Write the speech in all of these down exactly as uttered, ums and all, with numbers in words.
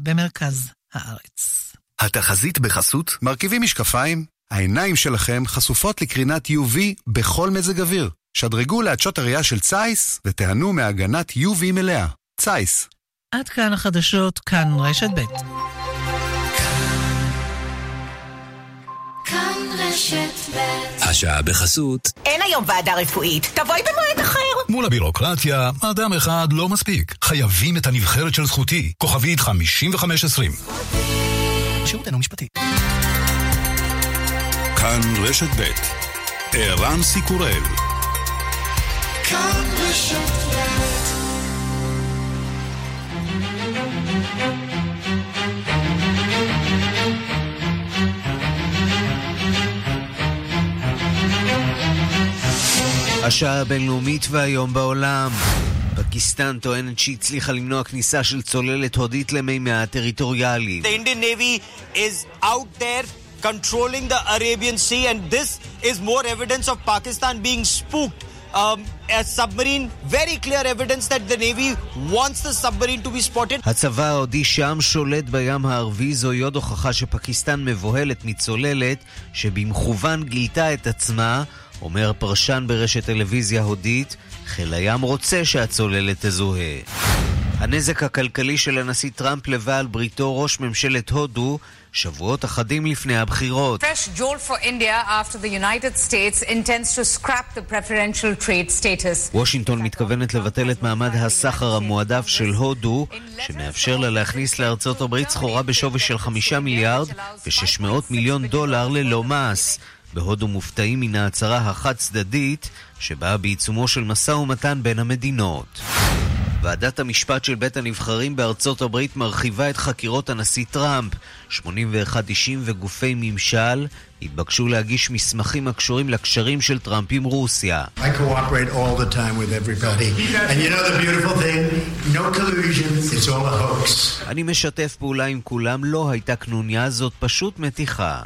במרכז הארץ. התחזית בחסות מרכיבים משקפיים. העיניים שלכם חשופות לקרינת יו וי בכל מזג אוויר. שדרגו לעדשות הראייה של צייס ותיהנו מהגנת יו וי מלאה. צייס. עד כאן החדשות, כאן רשת ב'. כאן רשת ב'. השעה בחסות. אין היום ועדה רפואית, תבואי במועד אחר. מול הבירוקרטיה, אדם אחד לא מספיק. חייבים את הנבחרת של זכותי. כוכבית חמישים וחמש עשרים. שירותנו משפטי. כאן רשת ב'. ערן סיקורל. כאן רשת ב'. השעה הבינלאומית והיום בעולם. פקיסטן טוענת שהיא הצליחה למנוע כניסה של צוללת הודית למימיה הטריטוריאליים. The Indian Navy is out there controlling the Arabian Sea, and this is more evidence of Pakistan being spooked. Um, a submarine, very clear evidence that the Navy wants the submarine to be spotted. הצבא ההודי שם שולט בים הערבי, זוהי עוד הוכחה שפקיסטן מבוהלת מצוללת שבמכוון גילתה את עצמה. אומר פרשן ברשת טלוויזיה הודית, חיל הים רוצה שהצוללת תזוהה. הנזק הכלכלי של הנשיא טראמפ לבעל בריתו ראש ממשלת הודו שבועות אחדים לפני הבחירות. Fresh jolt for India after the United States intends to scrap the preferential trade status. וושינגטון מתכוונת לבטל את מעמד הסחר המועדף של הודו, שמאפשר לה להכניס לארצות הברית סחורה בשווי של חמישה מיליארד ו-שש מאות מיליון דולר ללא מס. בהודו מופתעים מן ההצהרה החד צדדית שבאה בעיצומו של משא ומתן בין המדינות. ועדת המשפט של בית הנבחרים בארצות הברית מרחיבה את חקירות הנשיא טראמפ. שמונים ואחד אישים וגופי ממשל התבקשו להגיש מסמכים הקשורים לקשרים של טראמפ עם רוסיה. I cooperate all the time with everybody. And you know the beautiful thing? No collusion, it's all a hoax. אני משתף פעולה עם כולם, לא הייתה קנוניה, זאת פשוט מתיחה.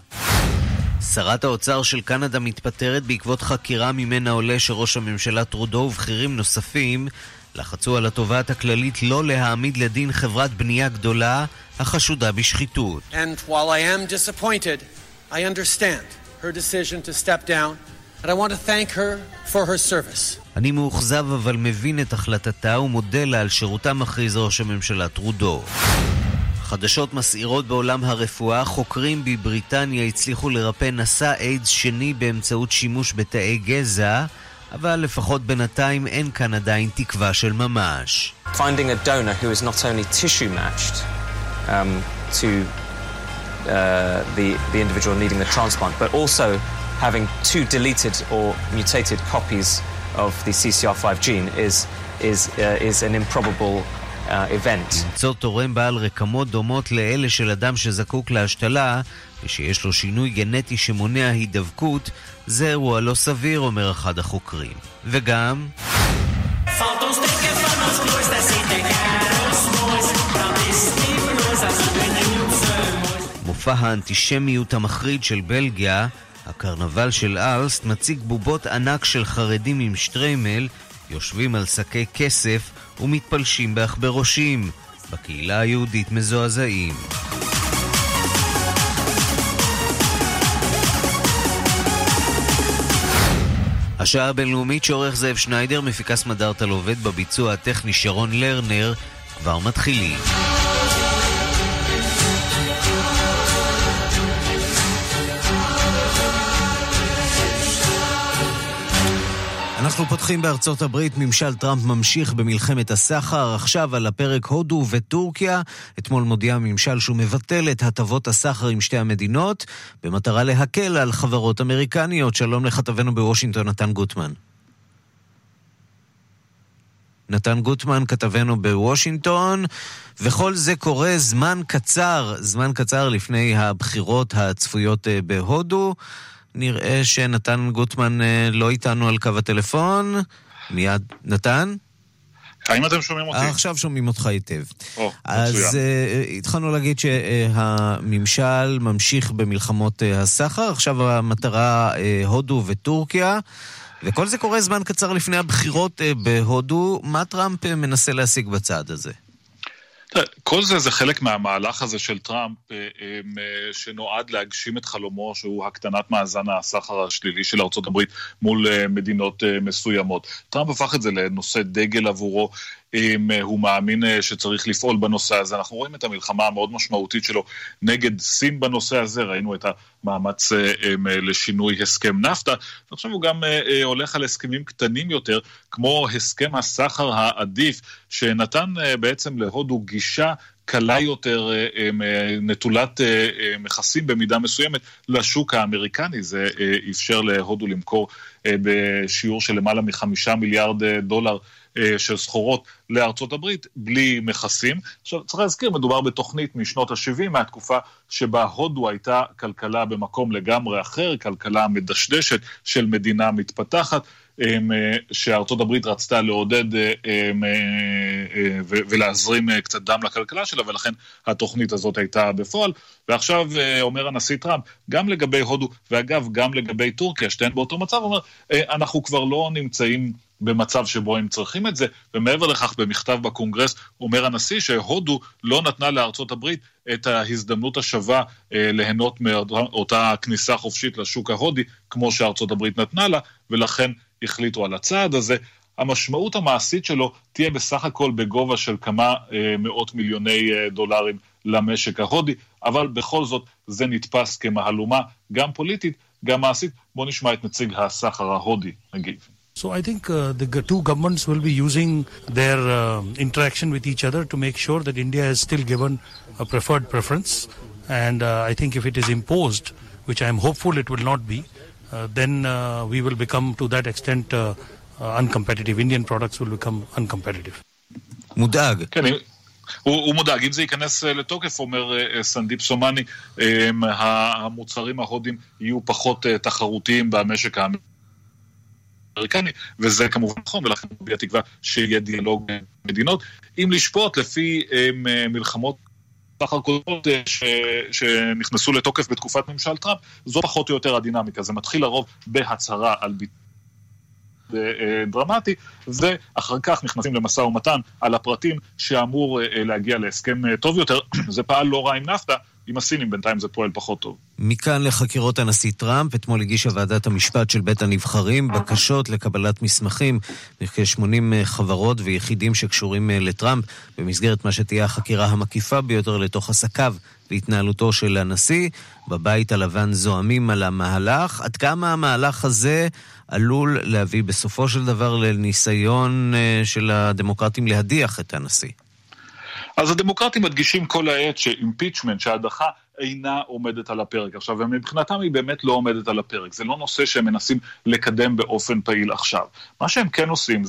שרת האוצר של קנדה מתפטרת בעקבות חקירה ממנה עולה שראש הממשלה טרודו ובכירים נוספים לחצו על התובעת הכללית לא להעמיד לדין חברת בנייה גדולה החשודה בשחיתות. And while I am disappointed, I understand her decision to step down, and I want to thank her for her service. אני מאוכזב אבל מבין את החלטתה ומודה לה על שירותה, מכריז ראש הממשלה טרודו. חדשות מסעירות בעולם הרפואה, חוקרים בבריטניה הצליחו לרפא נשא איידס שני באמצעות שימוש בתאי גזע, אבל לפחות בינתיים אין כאן עדיין תקווה של ממש. Finding a donor who is not only tissue matched um, to uh, the, the individual needing the transplant, but also having two deleted or mutated copies of the C C R five gene is, is, uh, is an improbable למצוא תורם בעל רקמות דומות לאלה של אדם שזקוק להשתלה ושיש לו שינוי גנטי שמונע הידבקות, זה אירוע לא סביר, אומר אחד החוקרים. וגם מופע האנטישמיות המחריד של בלגיה, הקרנבל של אלסט, מציג בובות ענק של חרדים עם שטריימל יושבים על שקי כסף ומתפלשים באחברושים. בקהילה היהודית מזועזעים. השעה הבינלאומית שעורך זאב שניידר, מפיקס מדארטה עובד בביצוע הטכני שרון לרנר, כבר מתחילים. אנחנו פותחים בארצות הברית. ממשל טראמפ ממשיך במלחמת הסחר, עכשיו על הפרק הודו וטורקיה. אתמול מודיע הממשל שהוא מבטל את הטבות הסחר עם שתי המדינות במטרה להקל על חברות אמריקניות. שלום לכתבנו בוושינגטון נתן גוטמן. נתן גוטמן כתבנו בוושינגטון. וכל זה קורה זמן קצר, זמן קצר לפני הבחירות הצפויות בהודו. נראה שנתן גוטמן לא איתנו על קו הטלפון. מיד, נתן? האם אתם שומעים אותי? עכשיו שומעים אותך היטב. או, אז מצוין. התחלנו להגיד שהממשל ממשיך במלחמות הסחר, עכשיו המטרה הודו וטורקיה, וכל זה קורה זמן קצר לפני הבחירות בהודו. מה טראמפ מנסה להשיג בצעד הזה? כל זה זה חלק מהמהלך הזה של טראמפ, שנועד להגשים את חלומו, שהוא הקטנת מאזן הסחר השלילי של ארצות הברית מול מדינות מסוימות. טראמפ הפך את זה לנושא דגל עבורו, הוא מאמין שצריך לפעול בנושא הזה. אנחנו רואים את המלחמה המאוד משמעותית שלו נגד סין בנושא הזה, ראינו את המאמץ לשינוי הסכם נפטה, ועכשיו הוא גם הולך על הסכמים קטנים יותר, כמו הסכם הסחר העדיף, שנתן בעצם להודו גישה קלה יותר, נטולת מכסים במידה מסוימת לשוק האמריקני. זה אפשר להודו למכור בשיעור של למעלה מחמישה מיליארד דולר של סחורות לארצות הברית בלי מכסים. עכשיו צריך להזכיר, מדובר בתוכנית משנות ה-שבעים, מהתקופה שבה הודו הייתה כלכלה במקום לגמרי אחר, כלכלה מדשדשת של מדינה מתפתחת, שארצות הברית רצתה לעודד ולהזרים קצת דם לכלכלה שלה, ולכן התוכנית הזאת הייתה בפועל. ועכשיו אומר הנשיא טראמפ, גם לגבי הודו, ואגב גם לגבי טורקיה, שתיהן באותו מצב, אומר, אנחנו כבר לא נמצאים במצב שבו הם צריכים את זה, ומעבר לכך במכתב בקונגרס אומר הנשיא שהודו לא נתנה לארצות הברית את ההזדמנות השווה אה, ליהנות מאותה כניסה חופשית לשוק ההודי, כמו שארצות הברית נתנה לה, ולכן החליטו על הצעד הזה. המשמעות המעשית שלו תהיה בסך הכל בגובה של כמה אה, מאות מיליוני אה, דולרים למשק ההודי, אבל בכל זאת זה נתפס כמהלומה, גם פוליטית, גם מעשית. בוא נשמע את נציג הסחר ההודי נגיב. So I think uh, the two governments will be using their uh, interaction with each other to make sure that India is still given a preferred preference. And uh, I think if it is imposed, which I am hopeful it will not be, uh, then uh, we will become to that extent uh, uh, uncompetitive. Indian products will become uncompetitive. מודאג. כן, הוא, הוא מודאג. אם זה ייכנס לתוקף, אומר סנדיפ סומני, המוצרים ההודים יהיו פחות תחרותיים במשק האמריקני. אמריקני, וזה כמובן נכון, ולכן בי התקווה שיהיה דיאלוג מדינות. אם לשפוט לפי מלחמות סחר קודמות ש... שנכנסו לתוקף בתקופת ממשל טראמפ, זו פחות או יותר הדינמיקה. זה מתחיל לרוב בהצהרה על ביטוי דרמטי, ואחר כך נכנסים למשא ומתן על הפרטים שאמור להגיע להסכם טוב יותר. זה פעל לא רע עם נפטה, עם הסינים בינתיים זה פועל פחות טוב. מכאן לחקירות הנשיא טראמפ, אתמול הגישה ועדת המשפט של בית הנבחרים בקשות לקבלת מסמכים מכ-שמונים חברות ויחידים שקשורים לטראמפ, במסגרת מה שתהיה החקירה המקיפה ביותר לתוך עסקיו והתנהלותו של הנשיא. בבית הלבן זועמים על המהלך. עד כמה המהלך הזה עלול להביא בסופו של דבר לניסיון של הדמוקרטים להדיח את הנשיא? אז הדמוקרטים מדגישים כל העת שאימפיצ'מנט, שההדחה אינה עומדת על הפרק. עכשיו, ומבחינתם היא באמת לא עומדת על הפרק. זה לא נושא שהם מנסים לקדם באופן פעיל עכשיו. מה שהם כן עושים,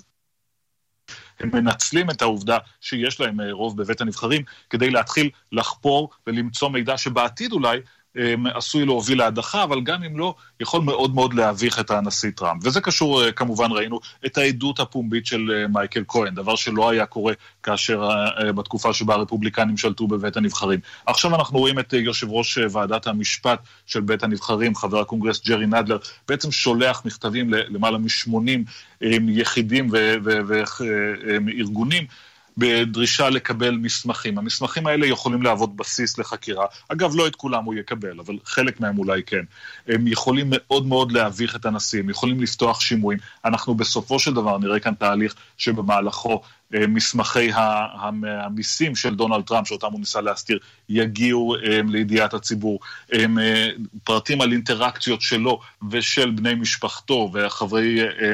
הם מנצלים את העובדה שיש להם רוב בבית הנבחרים, כדי להתחיל לחפור ולמצוא מידע שבעתיד אולי עשוי להוביל להדחה, אבל גם אם לא, יכול מאוד מאוד להביך את הנשיא טראמפ. וזה קשור, כמובן ראינו את העדות הפומבית של מייקל כהן, דבר שלא היה קורה כאשר בתקופה שבה הרפובליקנים שלטו בבית הנבחרים. עכשיו אנחנו רואים את יושב ראש ועדת המשפט של בית הנבחרים, חבר הקונגרס ג'רי נדלר, בעצם שולח מכתבים למעלה מ-שמונים יחידים וארגונים, בדרישה לקבל מסמכים. המסמכים האלה יכולים להוות בסיס לחקירה. אגב, לא את כולם הוא יקבל, אבל חלק מהם אולי כן. הם יכולים מאוד מאוד להביך את הנשיא, הם יכולים לפתוח שימועים. אנחנו בסופו של דבר נראה כאן תהליך שבמהלכו מסמכי המיסים של דונלד טראמפ, שאותם הוא ניסה להסתיר, יגיעו לידיעת הציבור. פרטים על אינטראקציות שלו ושל בני משפחתו וחברי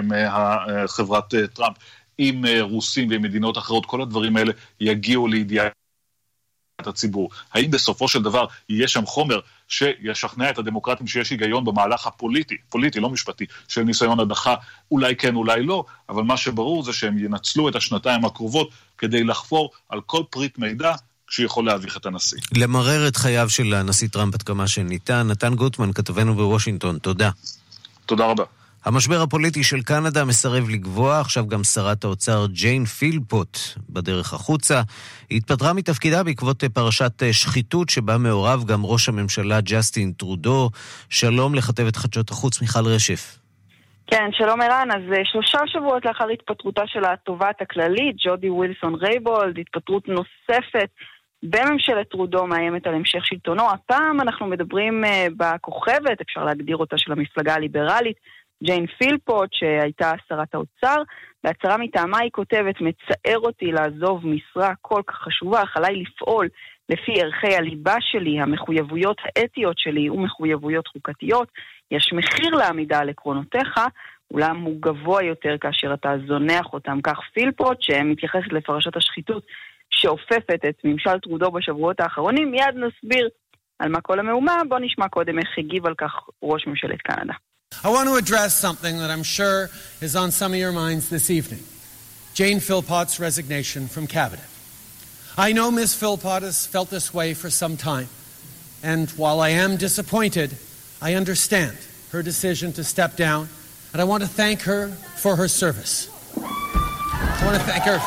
חברת טראמפ, עם רוסים ומדינות אחרות, כל הדברים האלה יגיעו לידיעת הציבור. האם בסופו של דבר יהיה שם חומר שישכנע את הדמוקרטים שיש היגיון במהלך הפוליטי, פוליטי, לא משפטי, של ניסיון הדחה? אולי כן, אולי לא, אבל מה שברור זה שהם ינצלו את השנתיים הקרובות כדי לחפור על כל פריט מידע שיכול להביך את הנשיא. למרר את חייו של הנשיא טראמפ עד כמה שניתן. נתן גוטמן, כתבנו בוושינגטון, תודה. תודה רבה. המשבר הפוליטי של קנדה מסרב לגבוע, עכשיו גם שרת האוצר ג'יין פילפוט בדרך החוצה. היא התפטרה מתפקידה בעקבות פרשת שחיתות שבה מעורב גם ראש הממשלה ג'סטין טרודו. שלום לכתבת חדשות החוץ מיכל רשף. כן, שלום ערן. אז שלושה שבועות לאחר התפטרותה של התובעת הכללית, ג'ודי ווילסון רייבולד, התפטרות נוספת בממשלת טרודו מאיימת על המשך שלטונו. הפעם אנחנו מדברים uh, בכוכבת, אפשר להגדיר אותה, של המפלגה הליברלית, ג'יין פילפוט, שהייתה שרת האוצר. בהצהרה מטעמה היא כותבת, מצער אותי לעזוב משרה כל כך חשובה, אך עליי לפעול לפי ערכי הליבה שלי, המחויבויות האתיות שלי ומחויבויות חוקתיות. יש מחיר לעמידה על עקרונותיך, אולם הוא גבוה יותר כאשר אתה זונח אותם. כך פילפוט, שמתייחסת לפרשת השחיתות שאופפת את ממשל טרודו בשבועות האחרונים. מיד נסביר על מה כל המהומה. בוא נשמע קודם איך הגיב על כך ראש ממשלת קנדה. I want to address something that I'm sure is on some of your minds this evening. Jane Philpott's resignation from cabinet. I know Miz Philpott has felt this way for some time, and while I am disappointed, I understand her decision to step down, and I want to thank her for her service. I want to thank her.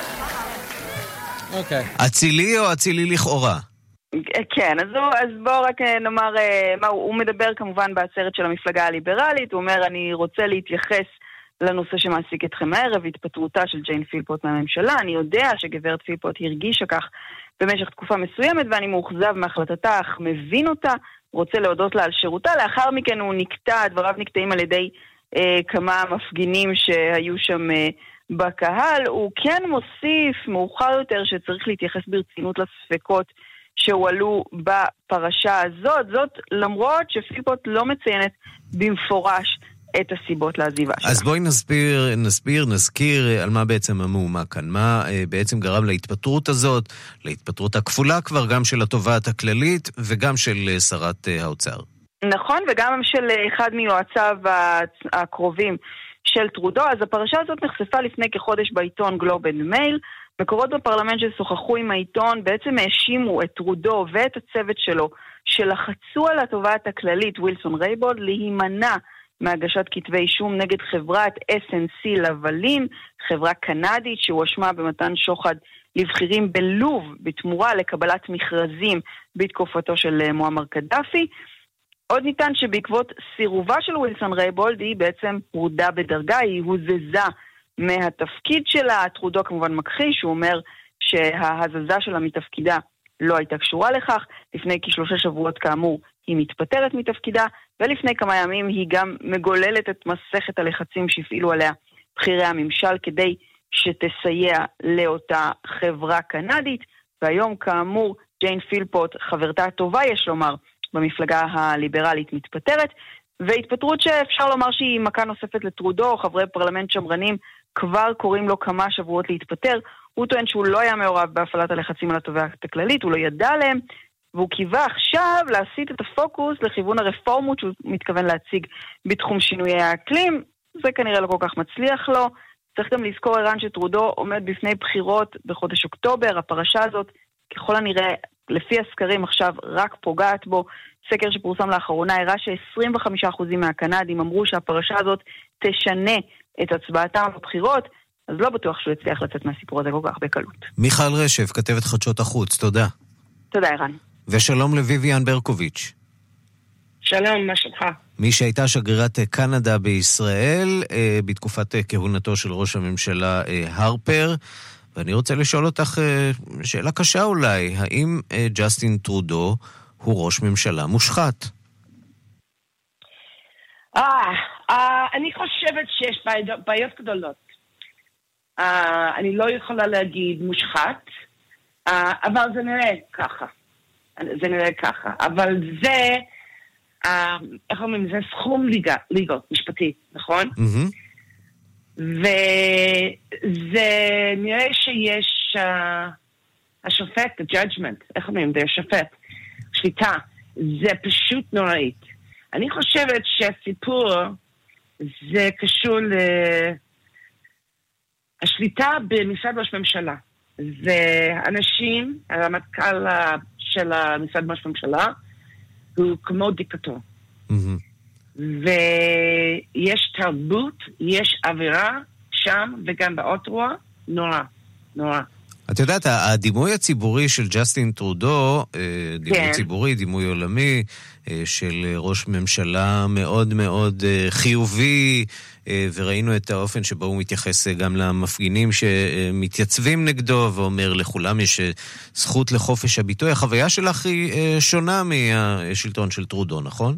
Okay. אצילי או אצילי לכאורה? כן, אז, אז בואו רק נאמר, מה, הוא מדבר כמובן בעצרת של המפלגה הליברלית, הוא אומר, אני רוצה להתייחס לנושא שמעסיק אתכם הערב, התפטרותה של ג'יין פילפוט מהממשלה. אני יודע שגברת פילפוט הרגישה כך במשך תקופה מסוימת, ואני מאוכזב מהחלטתה, אך מבין אותה, רוצה להודות לה על שירותה. לאחר מכן הוא נקטע, דבריו נקטעים על ידי אה, כמה מפגינים שהיו שם אה, בקהל. הוא כן מוסיף מאוחר יותר שצריך להתייחס ברצינות לספקות שהועלו בפרשה הזאת, זאת למרות שפילפוט לא מציינת במפורש את הסיבות לעזיבה שלה. אז בואי נסביר, נסביר, נזכיר על מה בעצם המהומה כאן, מה בעצם גרם להתפטרות הזאת, להתפטרות הכפולה כבר, גם של התובעת הכללית וגם של שרת האוצר. נכון, וגם של אחד מיועציו הקרובים של טרודו. אז הפרשה הזאת נחשפה לפני כחודש בעיתון גלוב אנד מייל. מקורות בפרלמנט ששוחחו עם העיתון בעצם האשימו את טרודו ואת הצוות שלו שלחצו על התובעת הכללית ווילסון רייבולד להימנע מהגשת כתבי אישום נגד חברת אס אן סי לבלין, חברה קנדית שהואשמה במתן שוחד לבחירים בלוב בתמורה לקבלת מכרזים בתקופתו של מועמר קדאפי. עוד ניתן שבעקבות סירובה של ווילסון רייבולד היא בעצם הורדה בדרגה, היא הוזזה מהתפקיד שלה. טרודו כמובן מכחיש, הוא אומר שההזזה שלה מתפקידה לא הייתה קשורה לכך. לפני כשלושה שבועות כאמור היא מתפטרת מתפקידה, ולפני כמה ימים היא גם מגוללת את מסכת הלחצים שהפעילו עליה בחירי הממשל כדי שתסייע לאותה חברה קנדית. והיום כאמור ג'יין פילפוט, חברתה הטובה יש לומר במפלגה הליברלית, מתפטרת, והתפטרות שאפשר לומר שהיא מכה נוספת לטרודו. חברי פרלמנט שמרנים כבר קוראים לו כמה שבועות להתפטר. הוא טוען שהוא לא היה מעורב בהפעלת הלחצים על התובעת הכללית, הוא לא ידע עליהם, והוא קיווה עכשיו להסיט את הפוקוס לכיוון הרפורמות שהוא מתכוון להציג בתחום שינויי האקלים. זה כנראה לא כל כך מצליח לו. צריך גם לזכור ערן שטרודו עומד בפני בחירות בחודש אוקטובר. הפרשה הזאת ככל הנראה לפי הסקרים עכשיו רק פוגעת בו. סקר שפורסם לאחרונה הראה ש-עשרים וחמישה אחוז מהקנדים אמרו שהפרשה הזאת תשנה את הצבעתם בבחירות, אז לא בטוח שהוא יצליח לצאת מהסיפור הזה כל כך בקלות. מיכל רשף, כתבת חדשות החוץ, תודה. תודה ערן. ושלום לויביאן ברקוביץ'. שלום, מה שלך? מי שהייתה שגרירת קנדה בישראל אה, בתקופת כהונתו של ראש הממשלה אה, הרפר, ואני רוצה לשאול אותך אה, שאלה קשה אולי, האם אה, ג'סטין טרודו הוא ראש ממשלה מושחת? אה, אה אני חושבת שיש בעיות, בעיות גדולות. אה, אני לא יכולה להגיד מושחת, אה, אבל זה נראה ככה. זה נראה ככה. אבל זה, אה, איך אומרים, זה סכום ליגה, ליגות משפטי, נכון? Mm-hmm. וזה נראה שיש uh, השופט, the judgment, איך אומרים, זה השופט, שליטה, זה פשוט נוראית. אני חושבת שהסיפור זה קשור לשליטה במשרד ראש ממשלה. זה אנשים, הרמטכ"ל של המשרד ראש ממשלה, הוא כמו דיקטטור. Mm-hmm. ויש תרבות, יש אווירה שם וגם באוטווה, נורא, נורא. את יודעת, הדימוי הציבורי של ג'סטין טרודו, דימוי כן. ציבורי, דימוי עולמי, של ראש ממשלה מאוד מאוד חיובי, וראינו את האופן שבו הוא מתייחס גם למפגינים שמתייצבים נגדו, ואומר לכולם יש זכות לחופש הביטוי. החוויה שלך היא שונה מהשלטון של טרודו, נכון?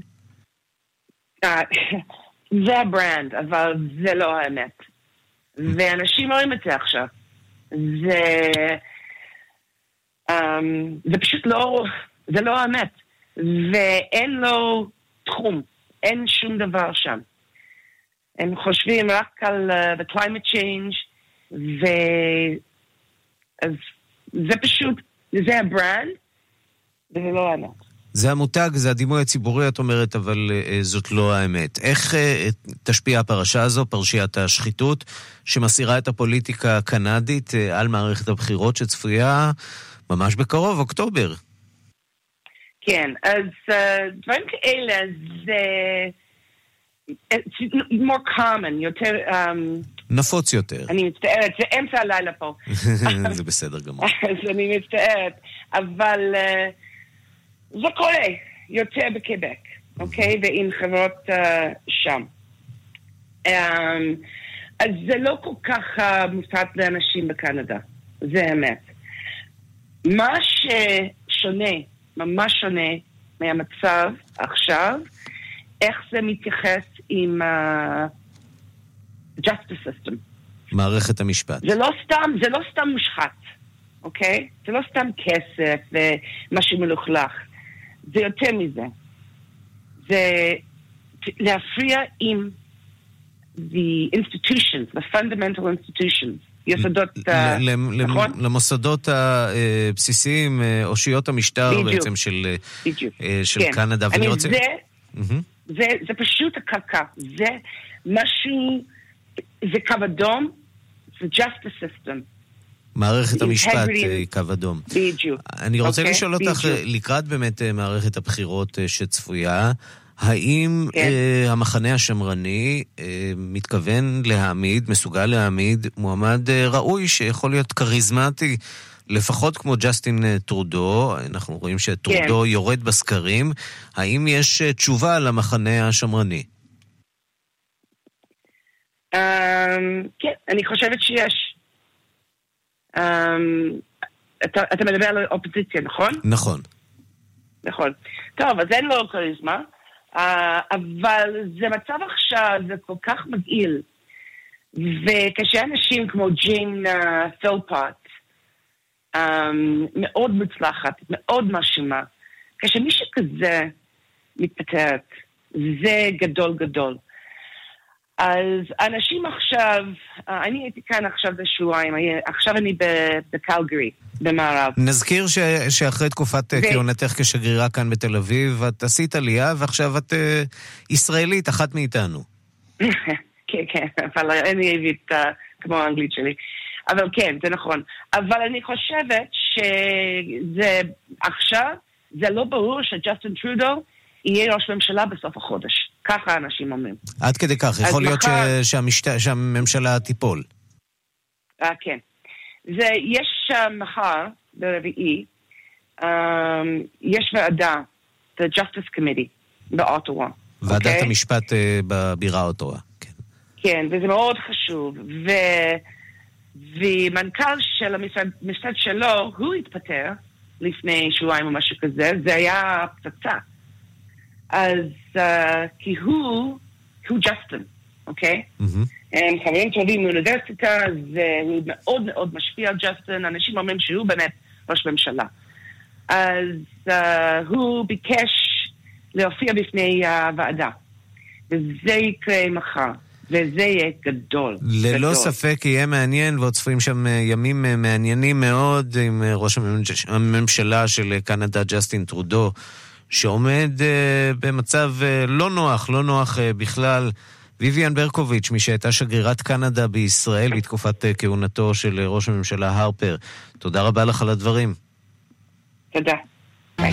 זה הברנד, אבל זה לא האמת. ואנשים רואים את זה עכשיו. זה, um, זה פשוט לא, זה לא האמת. ואין לו תחום, אין שום דבר שם. הם חושבים רק על uh, the climate change, ו... אז זה פשוט, זה הברנד, וזה לא האמת. זה המותג, זה הדימוי הציבורי, את אומרת, אבל uh, זאת לא האמת. איך uh, תשפיע הפרשה הזו, פרשיית השחיתות, שמסירה את הפוליטיקה הקנדית uh, על מערכת הבחירות שצפויה ממש בקרוב, אוקטובר? כן, אז uh, דברים כאלה זה it's more common, יותר... Um, נפוץ יותר. אני מצטערת, זה אמצע הלילה פה. זה בסדר גמור. אז אני מצטערת, אבל uh, זה קורה יותר בקבק, אוקיי? ועם חברות uh, שם. Um, אז זה לא כל כך uh, מופת לאנשים בקנדה, זה האמת. מה ששונה, ממש שונה מהמצב עכשיו, איך זה מתייחס עם uh, justice system. מערכת המשפט. זה לא סתם, זה לא סתם מושחת, אוקיי? זה לא סתם כסף ומשהו מלוכלך. זה יותר מזה. זה להפריע עם the institutions, the fundamental institutions. יסודות, נכון? למוסדות הבסיסיים, אושיות המשטר בעצם של קנדה. אני רוצה... זה פשוט הקרקע. זה משהו, זה קו אדום, זה justice system. מערכת המשפט היא קו אדום. בדיוק. אני רוצה לשאול אותך, לקראת באמת מערכת הבחירות שצפויה, האם המחנה השמרני מתכוון להעמיד, מסוגל להעמיד מועמד ראוי שיכול להיות קריזמטי, לפחות כמו ג'סטין טרודו, אנחנו רואים שטרודו יורד בסקרים, האם יש תשובה למחנה השמרני? כן, אני חושבת שיש. אתה מדבר על אופוזיציה, נכון? נכון. נכון. טוב, אז אין לו קריזמה. Uh, אבל זה מצב עכשיו, זה כל כך מגעיל. וכשאנשים כמו ג'ין uh, פילפוט, um, מאוד מוצלחת, מאוד מרשימה, כשמישהו כזה מתפטרת, זה גדול גדול. אז אנשים עכשיו, uh, אני הייתי כאן עכשיו בשבועיים, עכשיו אני בקלגרי, במערב. נזכיר ש, שאחרי תקופת ו... כהונתך כשגרירה כאן בתל אביב, את עשית עלייה, ועכשיו את uh, ישראלית, אחת מאיתנו. כן, כן, אבל אני אהבית uh, כמו האנגלית שלי. אבל כן, זה נכון. אבל אני חושבת שזה עכשיו, זה לא ברור שג'סטין טרודו יהיה ראש ממשלה בסוף החודש. ככה אנשים אומרים. עד כדי כך, יכול להיות מחר... ש... שהמשת... שהממשלה תיפול. אה, כן. זה, יש uh, מחר, ברביעי, um, יש ועדה, the Justice Committee, באוטווה. ועדת okay? המשפט uh, בבירה אוטווה. כן. כן, וזה מאוד חשוב. ו... ומנכ"ל של המשרד, המשרד שלו, הוא התפטר לפני שבועיים או משהו כזה, זה היה פצצה. אז, uh, כי הוא, הוא ג'סטין, אוקיי? הם חברים טובים מאוניברסיטה, הוא מאוד מאוד משפיע על ג'סטין, אנשים אומרים שהוא באמת ראש ממשלה. אז uh, הוא ביקש להופיע בפני הוועדה, וזה יקרה מחר. וזה יהיה גדול. ללא גדול. ספק יהיה מעניין, ועוד צפויים שם ימים מעניינים מאוד עם ראש הממשלה של קנדה, ג'סטין טרודו, שעומד במצב לא נוח, לא נוח בכלל. ויויאן ברקוביץ', מי שהייתה שגרירת קנדה בישראל בתקופת כהונתו של ראש הממשלה הרפר. תודה רבה לך על הדברים. תודה. ביי.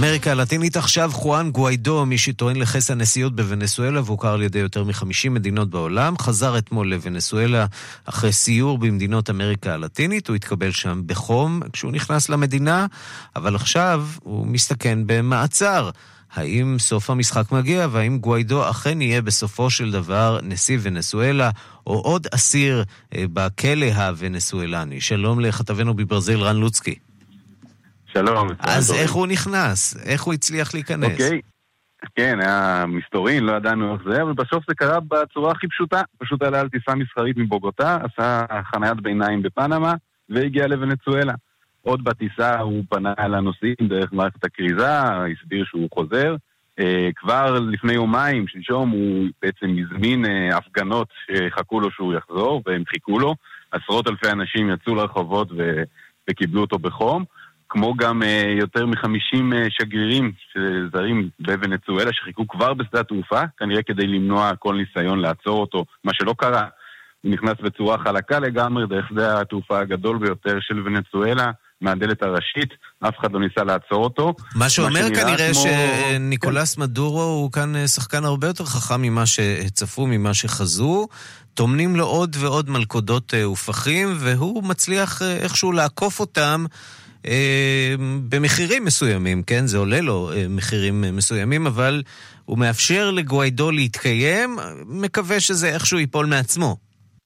אמריקה הלטינית עכשיו, חואן גואידו, מי שטוען לכס הנשיאות בוונצואלה והוכר על ידי יותר מ-חמישים מדינות בעולם, חזר אתמול לוונצואלה אחרי סיור במדינות אמריקה הלטינית, הוא התקבל שם בחום כשהוא נכנס למדינה, אבל עכשיו הוא מסתכן במעצר. האם סוף המשחק מגיע, והאם גואידו אכן יהיה בסופו של דבר נשיא ונסואלה, או עוד אסיר בכלא הוונצואלני? שלום לכתבנו בברזיל, רן לוצקי. שלום. אז איך הוא נכנס? איך הוא הצליח להיכנס? אוקיי, כן, היה מסתורין, לא ידענו איך זה, אבל בסוף זה קרה בצורה הכי פשוטה. פשוט עלה על טיסה מסחרית מבוגוטה, עשה חניית ביניים בפנמה, והגיע לוונצואלה. עוד בטיסה הוא פנה על הנוסעים דרך מערכת הכריזה, הסביר שהוא חוזר. כבר לפני יומיים, שלשום, הוא בעצם הזמין הפגנות שחכו לו שהוא יחזור, והם חיכו לו. עשרות אלפי אנשים יצאו לרחובות ו... וקיבלו אותו בחום. כמו גם יותר מ-חמישים שגרירים שזרים בוונצואלה שחיכו כבר בשדה התעופה, כנראה כדי למנוע כל ניסיון לעצור אותו, מה שלא קרה. הוא נכנס בצורה חלקה לגמרי דרך שדה התעופה הגדול ביותר של וונצואלה, מהדלת הראשית, אף אחד לא ניסה לעצור אותו. מה שאומר כנראה כמו... שניקולס מדורו הוא כאן שחקן הרבה יותר חכם ממה שצפו, ממה שחזו, תומנים לו עוד ועוד מלכודות ופחים, והוא מצליח איכשהו לעקוף אותם במחירים מסוימים, כן? זה עולה לו מחירים מסוימים, אבל הוא מאפשר לגואידו להתקיים, מקווה שזה איכשהו ייפול מעצמו.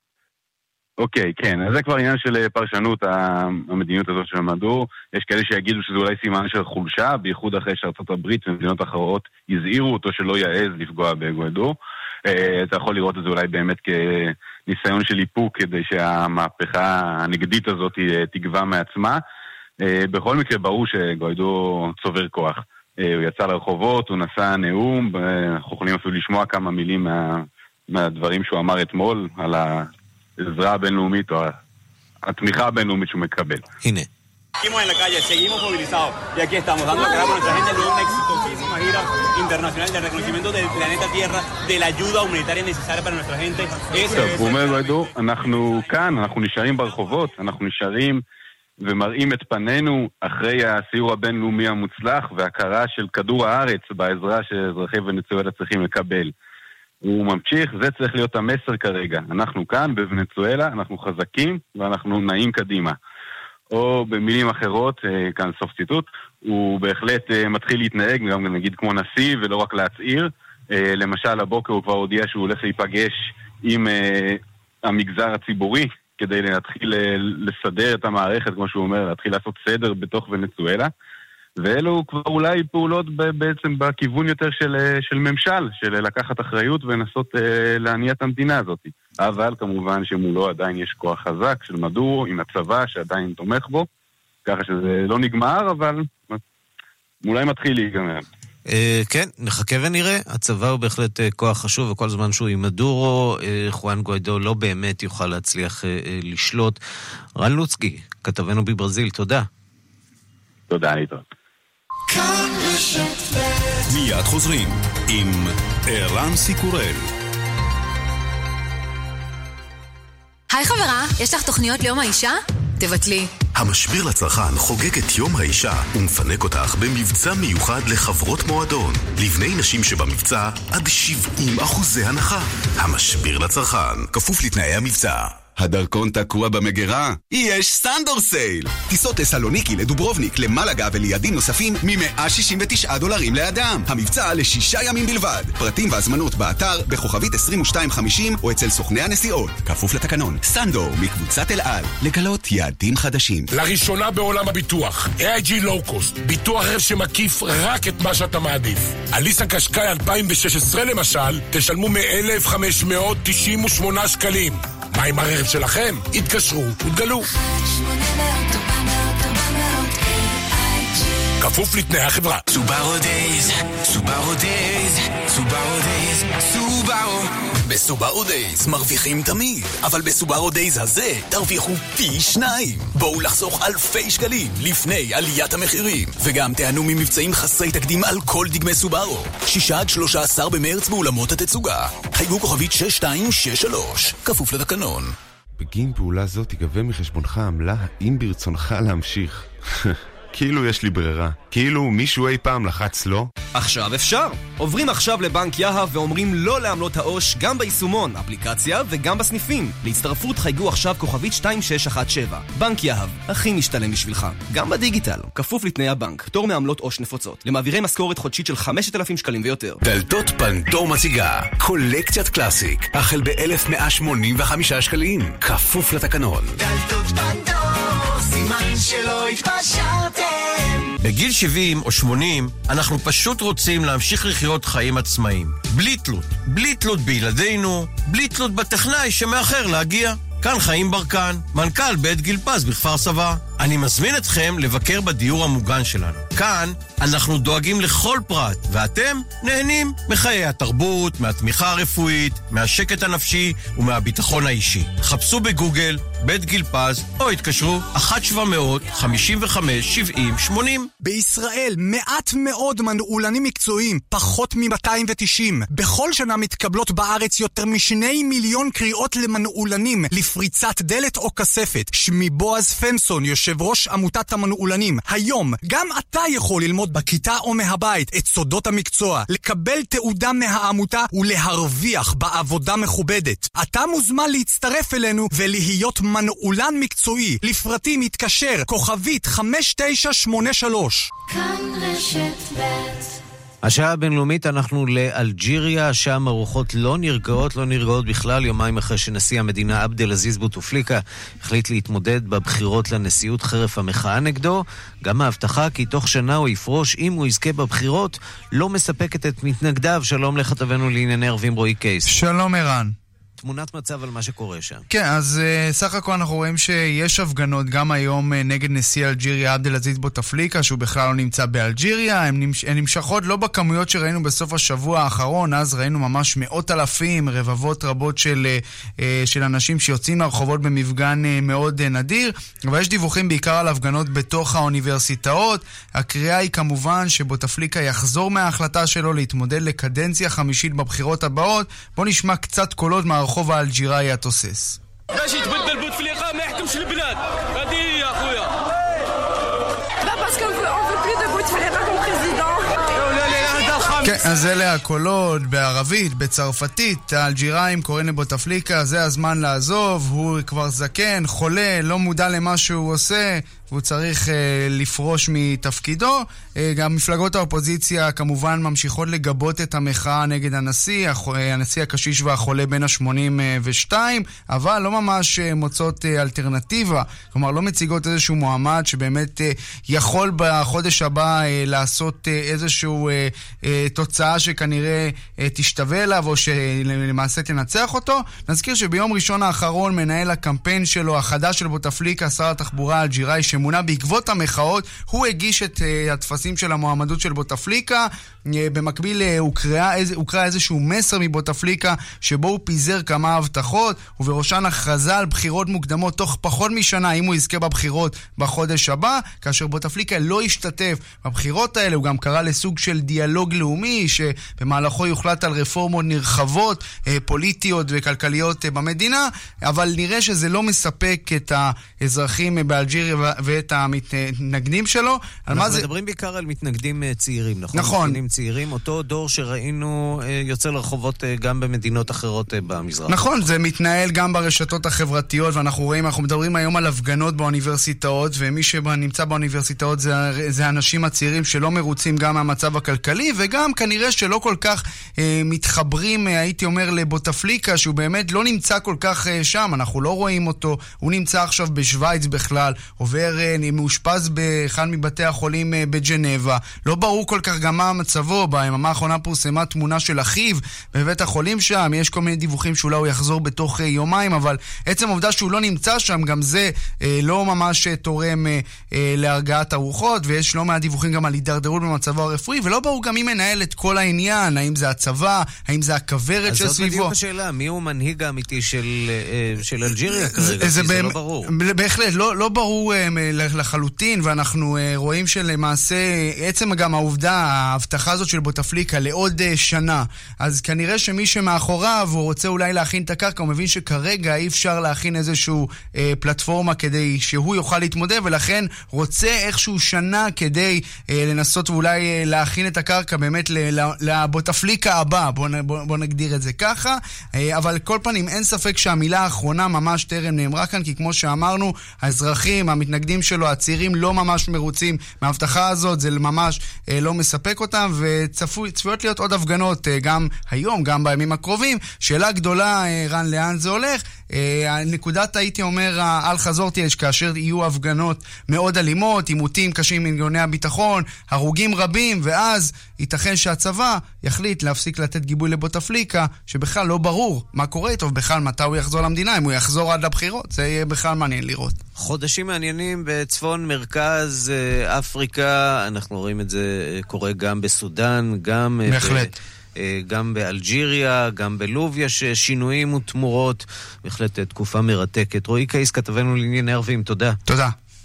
אוקיי, כן, אז זה כבר עניין של פרשנות המדיניות הזאת של מדור. יש כאלה שיגידו שזה אולי סימן של חולשה, בייחוד אחרי שארצות הברית ומדינות אחרות הזהירו אותו שלא יעז לפגוע בגואידו. אתה יכול לראות את זה אולי באמת כניסיון של איפוק, כדי שהמהפכה הנגדית הזאת תגווע מעצמה. בכל מקרה ברור שגואידו צובר כוח. הוא יצא לרחובות, הוא נשא נאום, אנחנו יכולים אפילו לשמוע כמה מילים מה, מהדברים שהוא אמר אתמול על העזרה הבינלאומית או התמיכה הבינלאומית שהוא מקבל. הנה. Seguimos en la calle, seguimos movilizados y aquí estamos dando la cara por nuestra gente luego una exitosísima gira internacional de reconocimiento del planeta Tierra de la ayuda humanitaria necesaria para nuestra gente. טוב, הוא אומר גואידו, אנחנו כאן, אנחנו נשארים ברחובות, אנחנו נשארים ומראים את פנינו אחרי הסיור הבינלאומי המוצלח והכרה של כדור הארץ בעזרה שאזרחי וונצואלה צריכים לקבל. הוא ממשיך, זה צריך להיות המסר כרגע. אנחנו כאן בוונצואלה, אנחנו חזקים ואנחנו נעים קדימה. או במילים אחרות, כאן סוף ציטוט, הוא בהחלט מתחיל להתנהג, גם נגיד כמו נשיא ולא רק להצעיר. למשל, הבוקר הוא כבר הודיע שהוא הולך להיפגש עם המגזר הציבורי, כדי להתחיל לסדר את המערכת, כמו שהוא אומר, להתחיל לעשות סדר בתוך וונצואלה. ואלו כבר אולי פעולות בעצם בכיוון יותר של, של ממשל, של לקחת אחריות ולנסות אה, להניע את המדינה הזאת. אבל כמובן שמולו עדיין יש כוח חזק של מדורו עם הצבא שעדיין תומך בו, ככה שזה לא נגמר, אבל אולי מתחיל להיגמר. כן, נחכה ונראה. הצבא הוא בהחלט כוח חשוב, וכל זמן שהוא עם מדורו, חואן גואידו לא באמת יוכל להצליח לשלוט. רן לוצקי, כתבנו בברזיל, תודה. תודה, להתראות. מיד חוזרים עם ערן סיקורל. היי חברה, יש לך תוכניות ליום האישה? תבטלי. המשביר לצרכן חוגג את יום האישה ומפנק אותך במבצע מיוחד לחברות מועדון. לבני נשים שבמבצע עד שבעים אחוזי הנחה. המשביר לצרכן, כפוף לתנאי המבצע. הדרכון תקוע במגירה? יש סטנדור סייל! טיסות לסלוניקי, לדוברובניק, למלגה וליעדים נוספים מ-מאה שישים ותשעה דולרים לאדם. המבצע לשישה ימים בלבד. פרטים והזמנות באתר בכוכבית עשרים ושתיים חמישים או אצל סוכני הנסיעות. כפוף לתקנון. סטנדור מקבוצת אל על. לגלות יעדים חדשים. לראשונה בעולם הביטוח, איי איי ג'י לואו-קוסט. ביטוח רכב שמקיף רק את מה שאתה מעדיף. על ליסה קשקאי אלפיים ושש עשרה למשל, תשלמו מ-אלף חמש מאות תשעים ושמונה שקלים. מה עם הרכב שלכם? התקשרו ותגלו. כפוף לתנאי החברה. סובארו דייז, סובארו דייז, סובארו דייז, סובארו. בסובארו דייז מרוויחים תמיד, אבל בסובארו דייז הזה תרוויחו פי שניים. בואו לחסוך אלפי שקלים לפני עליית המחירים, וגם תיהנו ממבצעים חסרי תקדים על כל דגמי סובארו. שישה עד שלושה עשר במרץ באולמות התצוגה. חייגו כוכבית שש שתיים שש שלוש, כפוף לתקנון. בגין פעולה זו תיגבה מחשבונך עמלה, האם ברצונך להמשיך? כאילו יש לי ברירה. כאילו מישהו אי פעם לחץ לא. עכשיו אפשר. עוברים עכשיו לבנק יהב ואומרים לא לעמלות העו"ש גם ביישומון, אפליקציה וגם בסניפים. להצטרפות חייגו עכשיו כוכבית שתיים שש אחת שבע. בנק יהב, הכי משתלם בשבילך. גם בדיגיטל, כפוף לתנאי הבנק. פטור מעמלות עו"ש נפוצות. למעבירי משכורת חודשית של חמשת אלפים שקלים ויותר. דלתות פנדור מציגה קולקציית קלאסיק, החל ב-אלף מאה שמונים וחמישה שקלים. כפוף לתקנון. דלתות פנדור, סימן שלא התפשרתם. בגיל שבעים או שמונים אנחנו פשוט רוצים להמשיך לחיות חיים עצמאיים. בלי תלות. בלי תלות בילדינו, בלי תלות בטכנאי שמאחר להגיע. כאן חיים ברקן, מנכ"ל בית גיל פז בכפר סבא. אני מזמין אתכם לבקר בדיור המוגן שלנו. כאן אנחנו דואגים לכל פרט, ואתם נהנים מחיי התרבות, מהתמיכה הרפואית, מהשקט הנפשי ומהביטחון האישי. חפשו בגוגל בית גיל פז או התקשרו אחת שבע מאות חמישים וחמש שבעים שמונים. בישראל מעט מאוד מנעולנים מקצועיים, פחות מ-מאתיים ותשעים. בכל שנה מתקבלות בארץ יותר משני מיליון קריאות למנעולנים, לפריצת דלת או כספת. שמי בועז פנסון, יושב ראש עמותת המנעולנים. היום גם אתה יכול ללמוד בכיתה או מהבית את סודות המקצוע, לקבל תעודה מהעמותה ולהרוויח בעבודה מכובדת. אתה מוזמן להצטרף אלינו ולהיות מנעולן מקצועי. לפרטים מתקשר כוכבית חמש תשע שמונה שלוש. כאן רשת ב'. השעה הבינלאומית, אנחנו לאלג'יריה, שם הרוחות לא נרגעות, לא נרגעות בכלל, יומיים אחרי שנשיא המדינה עבדל עזיז בוטפליקה החליט להתמודד בבחירות לנשיאות חרף המחאה נגדו. גם ההבטחה כי תוך שנה הוא יפרוש אם הוא יזכה בבחירות לא מספקת את מתנגדיו. שלום לכתבנו לענייני ערבים רועי קייס. שלום ערן. תמונת מצב על מה שקורה שם. כן, אז uh, סך הכל אנחנו רואים שיש הפגנות גם היום uh, נגד נשיא אלג'יריה עבדל עזיז בוטפליקה, שהוא בכלל לא נמצא באלג'יריה. הן נמש... נמשכות לא בכמויות שראינו בסוף השבוע האחרון, אז ראינו ממש מאות אלפים, רבבות רבות של, uh, uh, של אנשים שיוצאים לרחובות במפגן uh, מאוד uh, נדיר, אבל יש דיווחים בעיקר על הפגנות בתוך האוניברסיטאות. הקריאה היא כמובן שבוטפליקה יחזור מההחלטה שלו להתמודד לקדנציה חמישית בבחירות הבאות. בוא נשמע קצת קולות מהרחוב הרחוב האלג'יראי התוסס. باش يتبدل بوتفليقه ما يحكمش البلاد هذه هي يا اخويا لا باسكو اون فو بلو دو بوتفليقه كوم بريزيدون. כן, אז אלה הקולות בערבית, בצרפתית. האלג'יראים קוראים לבוטפליקה, זה הזמן לעזוב, הוא כבר זקן, חולה, לא מודע למה שהוא עושה, והוא צריך uh, לפרוש מתפקידו. Uh, גם מפלגות האופוזיציה כמובן ממשיכות לגבות את המחאה נגד הנשיא, הח... uh, הנשיא הקשיש והחולה בין ה-שמונים ושתיים, אבל לא ממש uh, מוצאות uh, אלטרנטיבה, כלומר לא מציגות איזשהו מועמד שבאמת uh, יכול בחודש הבא uh, לעשות uh, איזשהו uh, uh, תוצאה שכנראה uh, תשתווה אליו או שלמעשה תנצח אותו. נזכיר שביום ראשון האחרון מנהל הקמפיין שלו החדש של בוטפליקה, שר התחבורה האלג'יראי שמונה בעקבות המחאות, הוא הגיש את uh, התפסים של המועמדות של בוטפליקה. uh, במקביל uh, הוא קרא, איז, הוא קרא איזשהו מסר מבוטפליקה שבו הוא פיזר כמה הבטחות, ובראשן הכרזה על בחירות מוקדמות תוך פחות משנה אם הוא יזכה בבחירות בחודש הבא, כאשר בוטפליקה לא ישתתף בבחירות האלה. הוא גם קרא לסוג של דיאלוג לאומי שבמהלכו יוחלט על רפורמות נרחבות uh, פוליטיות וכלכליות uh, במדינה, אבל נראה שזה לא מספק את האזרחים uh, באלג'יריה ואת המתנגדים שלו. אנחנו מדברים בעיקר על מתנגדים צעירים, נכון? נכון. מתנגדים צעירים, אותו דור שראינו יוצא לרחובות גם במדינות אחרות במזרח. נכון, זה מתנהל גם ברשתות החברתיות, ואנחנו רואים, אנחנו מדברים היום על הפגנות באוניברסיטאות, ומי שנמצא באוניברסיטאות זה, זה האנשים הצעירים שלא מרוצים גם מהמצב הכלכלי, וגם כנראה שלא כל כך אה, מתחברים, אה, הייתי אומר, לבוטפליקה, שהוא באמת לא נמצא כל כך אה, שם, אנחנו לא רואים אותו, הוא נמצא עכשיו בשוויץ בכלל, עובר, מאושפז באחד מבתי החולים בג'נבה. לא ברור כל כך גם מה מצבו. ביממה האחרונה פורסמה תמונה של אחיו בבית החולים שם. יש כל מיני דיווחים שאולי הוא יחזור בתוך יומיים, אבל עצם העובדה שהוא לא נמצא שם, גם זה לא ממש תורם להרגעת הרוחות, ויש לא מעט דיווחים גם על הידרדרות במצבו הרפואי, ולא ברור גם מי מנהל את כל העניין, האם זה הצבא, האם זה הכברת של סביבו. אז זאת בדיוק השאלה, מי הוא מנהיג האמיתי של, של אלג'יריה כרגע? זה, זה, זה לא ברור. בהחלט, לא, לא ברור לחלוטין, ואנחנו רואים שלמעשה, עצם גם העובדה, ההבטחה הזאת של בוטפליקה לעוד שנה, אז כנראה שמי שמאחוריו, הוא רוצה אולי להכין את הקרקע, הוא מבין שכרגע אי אפשר להכין איזשהו אה, פלטפורמה כדי שהוא יוכל להתמודד, ולכן רוצה איכשהו שנה כדי אה, לנסות ואולי אה, להכין את הקרקע באמת לבוטפליקה הבא, בוא, בוא, בוא נגדיר את זה ככה, אה, אבל כל פנים אין ספק שהמילה האחרונה ממש טרם נאמרה כאן, כי כמו שאמרנו, האזרחים, המתנגדים שלו, הצעירים לא ממש מרוצים מההבטחה הזאת, זה ממש אה, לא מספק אותם, וצפויות להיות עוד הפגנות אה, גם היום, גם בימים הקרובים. שאלה גדולה, אה, רן, לאן זה הולך? אה, נקודת הייתי אומר, על חזור תהיה כאשר יהיו הפגנות מאוד אלימות, עימותים קשים עם ארגוני הביטחון, הרוגים רבים, ואז ייתכן שהצבא יחליט להפסיק לתת גיבוי לבוטפליקה, שבכלל לא ברור מה קורה איתו, בכלל מתי הוא יחזור למדינה, אם הוא יחזור עד לבחירות, זה יהיה בכלל מעניין לראות. חודשים מעניינים בצפון מרכז אפריקה, אנחנו רואים את זה קורה גם בסודן, גם בהחלט. ב... גם באלג'יריה, גם בלוב יש שינויים ותמורות, בהחלט תקופה מרתקת. רועי קייס, כתבנו לענייני ערבים, תודה. תודה.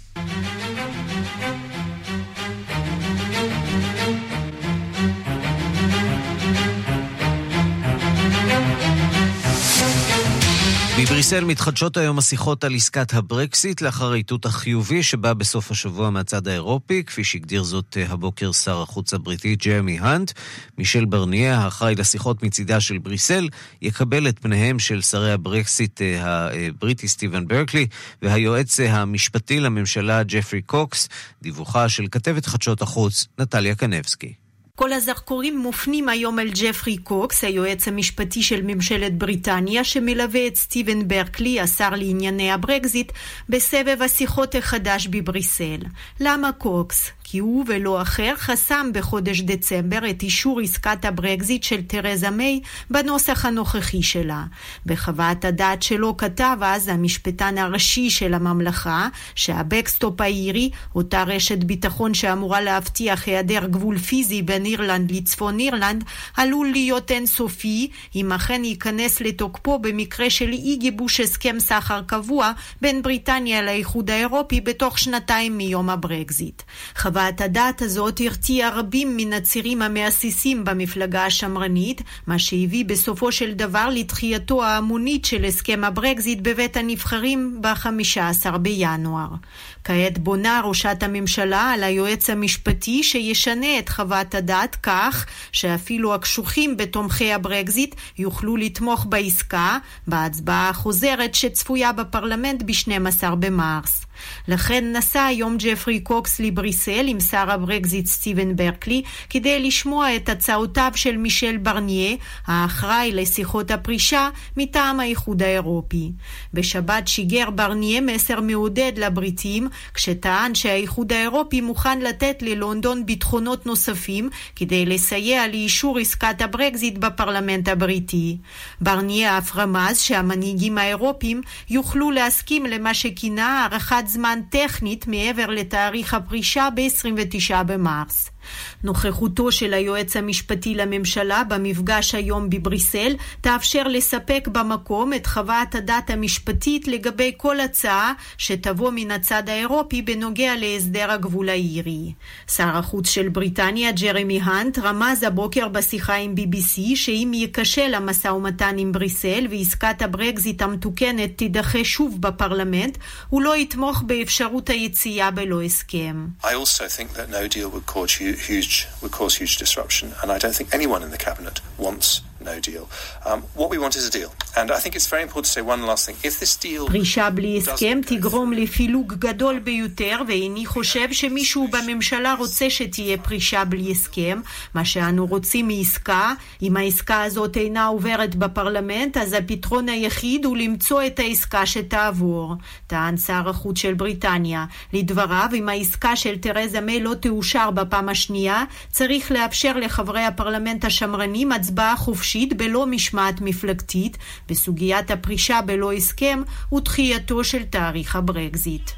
בבריסל מתחדשות היום השיחות על עסקת הברקסיט לאחר האיתות החיובי שבא בסוף השבוע מהצד האירופי, כפי שהגדיר זאת הבוקר שר החוץ הבריטי ג'רמי הנט. מישל ברניה, האחראי לשיחות מצידה של בריסל, יקבל את פניהם של שרי הברקסיט הבריטי סטיבן ברקלי והיועץ המשפטי לממשלה ג'פרי קוקס. דיווחה של כתבת חדשות החוץ נטליה קנבסקי. כל הזרקורים מופנים היום אל ג'פרי קוקס, היועץ המשפטי של ממשלת בריטניה, שמלווה את סטיבן ברקלי, השר לענייני הברקזיט, בסבב השיחות החדש בבריסל. למה קוקס? כי הוא ולא אחר חסם בחודש דצמבר את אישור עסקת הברקזיט של תרזה מיי בנוסח הנוכחי שלה. בחוות הדעת שלו כתב אז המשפטן הראשי של הממלכה, שהבקסטופ האירי, אותה רשת ביטחון שאמורה להבטיח היעדר גבול פיזי בין אירלנד לצפון אירלנד, עלול להיות אינסופי אם אכן ייכנס לתוקפו במקרה של אי גיבוש הסכם סחר קבוע בין בריטניה לאיחוד האירופי בתוך שנתיים מיום הברקזיט. חוות הדעת הזאת הרתיעה רבים מן הצירים המאסיסים במפלגה השמרנית, מה שהביא בסופו של דבר לתחייתו ההמונית של הסכם הברקזיט בבית הנבחרים ב-חמישה עשר בינואר. כעת בונה ראשת הממשלה על היועץ המשפטי שישנה את חוות הדעת כך שאפילו הקשוחים בתומכי הברקזיט יוכלו לתמוך בעסקה בהצבעה החוזרת שצפויה בפרלמנט ב-שנים עשר במרס. לכן נסע היום ג'פרי קוקס לבריסל עם שר הברקזיט סטיבן ברקלי כדי לשמוע את הצעותיו של מישל ברניה, האחראי לשיחות הפרישה מטעם האיחוד האירופי. בשבת שיגר ברניה מסר מעודד לבריטים, כשטען שהאיחוד האירופי מוכן לתת ללונדון ביטחונות נוספים כדי לסייע לאישור עסקת הברקזיט בפרלמנט הבריטי. ברניה אף רמז שהמנהיגים האירופים יוכלו להסכים למה שכינה הערכת זמן טכנית מעבר לתאריך הפרישה ב-עשרים ותשעה במרס. נוכחותו של היועץ המשפטי לממשלה במפגש היום בבריסל תאפשר לספק במקום את חוות הדעת המשפטית לגבי כל הצעה שתבוא מן הצד האירופי בנוגע להסדר הגבול האירי. שר החוץ של בריטניה ג'רמי הנט רמז הבוקר בשיחה עם בי בי סי שאם יקשה למשא ומתן עם בריסל ועסקת הברקזיט המתוקנת תידחה שוב בפרלמנט, הוא לא יתמוך באפשרות היציאה בלא הסכם. I also think that no deal would cause huge would cause huge disruption, and I don't think anyone in the cabinet wants no deal. Um, what we want is a deal, and I think it's very important to say one last thing. If this deal פרישה בלי הסכם תגרום לפילוג גדול ביותר, ואיני חושב שמישהו בממשלה רוצה שתהיה פרישה בלי הסכם. מה שאנו רוצים מעסקה, אם העסקה הזאת אינה עוברת בפרלמנט, אז הפתרון היחיד הוא למצוא את העסקה שתעבור, טען שר החוץ של בריטניה. לדבריו, אם העסקה של תרזה מיי לא תאושר בפעם השנייה, צריך לאפשר לחברי הפרלמנט השמרנים הצבעה חופשית בלא משמעת מפלגתית בסוגיית הפרישה בלא הסכם ודחייתו של תאריך הברקזיט.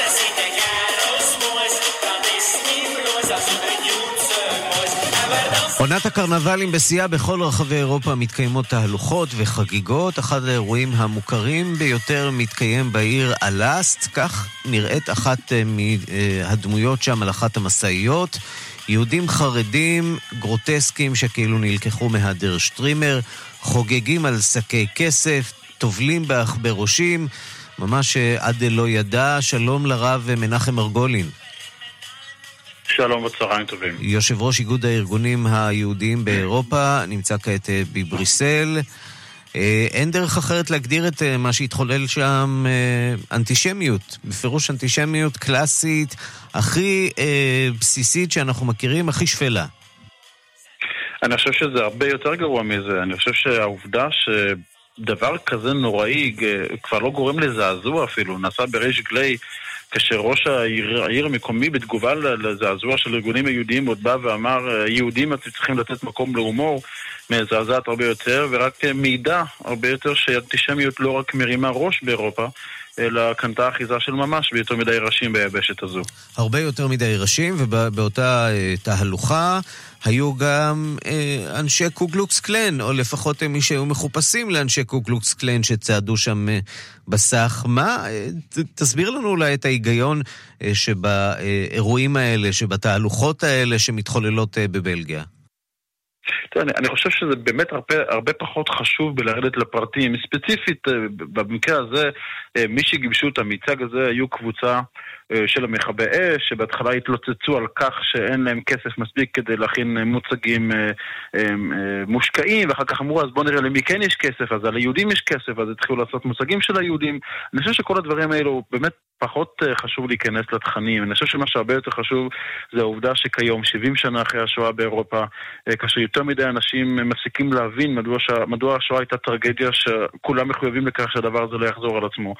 A verdade עונת הקרנבלים בשיאה, בכל רחבי אירופה מתקיימות תהלוכות וחגיגות. אחד האירועים המוכרים ביותר מתקיים בעיר אלאסט, כך נראית אחת מהדמויות שם על אחת המסעיות. יהודים חרדים גרוטסקים שכאילו נלקחו מהדר שטרימר, חוגגים על שקי כסף, טובלים בעכבר ראשים, ממש עד לא ידע. שלום לרב מנחם מרגולין. שלום וצהריים טובים. יושב ראש איגוד הארגונים היהודיים באירופה, נמצא כעת בבריסל. אין דרך אחרת להגדיר את מה שהתחולל שם, אנטישמיות, בפירוש אנטישמיות קלאסית, הכי בסיסית שאנחנו מכירים, הכי שפלה. אני חושב שזה הרבה יותר גרוע מזה. אני חושב שהעובדה שדבר כזה נוראי כבר לא גורם לזעזוע אפילו, נעשה בריש גלי, כשראש העיר, העיר המקומי בתגובה לזעזוע של ארגונים היהודיים עוד בא ואמר, יהודים אתם צריכים לתת מקום להומור, מזעזעת הרבה יותר, ורק מידע הרבה יותר שאנטישמיות לא רק מרימה ראש באירופה, אלא קנתה אחיזה של ממש ביותר מדי ראשים ביבשת הזו. הרבה יותר מדי ראשים, ובאותה תהלוכה היו גם אה, אנשי קוגלוקס קלן, או לפחות מי שהיו מחופשים לאנשי קוגלוקס קלן שצעדו שם אה, בסך. מה? אה, ת, תסביר לנו אולי את ההיגיון אה, שבאירועים האלה, שבתהלוכות האלה שמתחוללות אה, בבלגיה. אני, אני חושב שזה באמת הרבה, הרבה פחות חשוב בלרדת לפרטים. ספציפית, במקרה הזה, מי שגיבשו את המיצג הזה היו קבוצה של המכבי אש, שבהתחלה התלוצצו על כך שאין להם כסף מספיק כדי להכין מוצגים מושקעים, ואחר כך אמרו, אז בוא נראה למי כן יש כסף, אז על היהודים יש כסף, אז התחילו לעשות מוצגים של היהודים. אני חושב שכל הדברים האלו באמת פחות חשוב להיכנס לתכנים. אני חושב שמה שהרבה יותר חשוב זה העובדה שכיום, שבעים שנה אחרי השואה באירופה, כאשר יותר מדי אנשים מפסיקים להבין מדוע, ש... מדוע השואה הייתה טרגדיה שכולם מחויבים לכך שהדבר הזה לא יחזור על עצמו.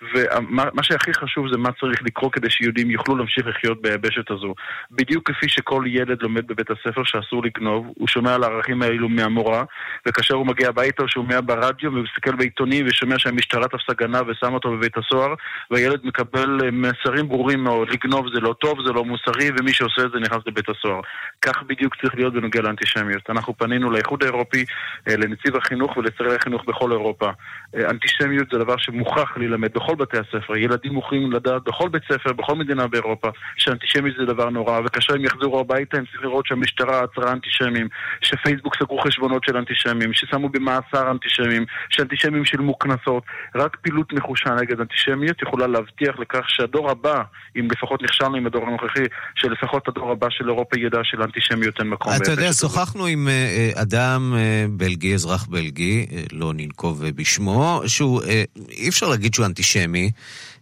ומה שהכי חשוב זה מה צריך לקרוא כדי שיהודים יוכלו להמשיך לחיות ביבשת הזו. בדיוק כפי שכל ילד לומד בבית הספר שאסור לגנוב, הוא שומע על הערכים האלו מהמורה, וכאשר הוא מגיע הביתה הוא שומע ברדיו ומסתכל בעיתונים ושומע שהמשטרה תפסה גנב ושם אותו בבית הסוהר, והילד מקבל מסרים ברורים מאוד, לגנוב זה לא טוב, זה לא מוסרי, ומי שעושה את זה נכנס לבית הסוהר. כך בדיוק צריך להיות בנוגע לאנטישמיות. אנחנו פנינו לאיחוד האירופי, לנציב החינוך ולשרי החינוך בכל אירופה. אנטישמיות זה דבר שמוכרח ללמד בכל בתי הספר. ילדים מוכרים לדעת בכל בית ספר, בכל מדינה באירופה, שאנטישמיות זה דבר נורא, וכאשר הם יחזרו הביתה הם צריכים לראות שהמשטרה עצרה אנטישמים, שפייסבוק סגרו חשבונות של אנטישמים, ששמו במאסר אנטישמים, שאנטישמים שילמו קנסות. רק פעילות נחושה נגד אנטישמיות יכולה להבטיח לכך שהדור הבא, אם לפחות נכשלנו עם הדור הנוכחי, שלפחות הדור הבא של אירופה ידע של אנטישמיות אין מקום. אתה יודע, שוחחנו עם אדם בלגי, אזרח בלגי, לא ננקוב בשמו, שהוא, אי אפשר להגיד שהוא אנטישמי,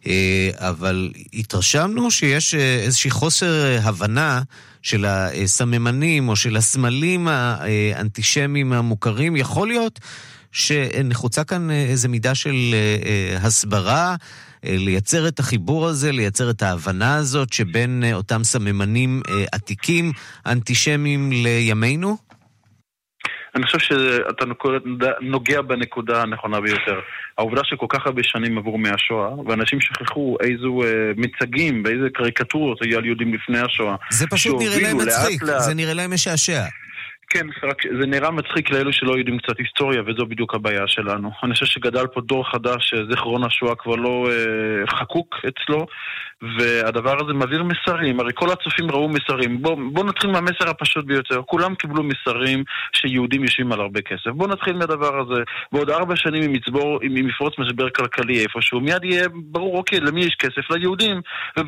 אבל התרשמנו שיש איזושהי חוסר הבנה של הסממנים או של הסמלים האנטישמיים המוכרים. יכול להיות שנחוצה כאן איזו מידה של הסברה, לייצר את החיבור הזה, לייצר את ההבנה הזאת שבין אותם סממנים עתיקים אנטישמיים לימינו? אני חושב שאתה נוגע בנקודה הנכונה ביותר. העובדה שכל כך הרבה שנים עבור מהשואה, ואנשים שכחו איזו מצגים ואיזה קריקטורות היו על יהודים לפני השואה. זה פשוט נראה להם מצחיק, זה נראה להם משעשע. כן, רק זה נראה מצחיק לאלו שלא יודעים קצת היסטוריה, וזו בדיוק הבעיה שלנו. אני חושב שגדל פה דור חדש, זיכרון השואה כבר לא אה, חקוק אצלו, והדבר הזה מעביר מסרים. הרי כל הצופים ראו מסרים. בוא, בוא נתחיל מהמסר הפשוט ביותר. כולם קיבלו מסרים שיהודים יושבים על הרבה כסף. בוא נתחיל מהדבר הזה. בעוד ארבע שנים אם יצבור, אם יפרוץ משבר כלכלי איפשהו, מיד יהיה ברור, אוקיי, למי יש כסף? ליהודים.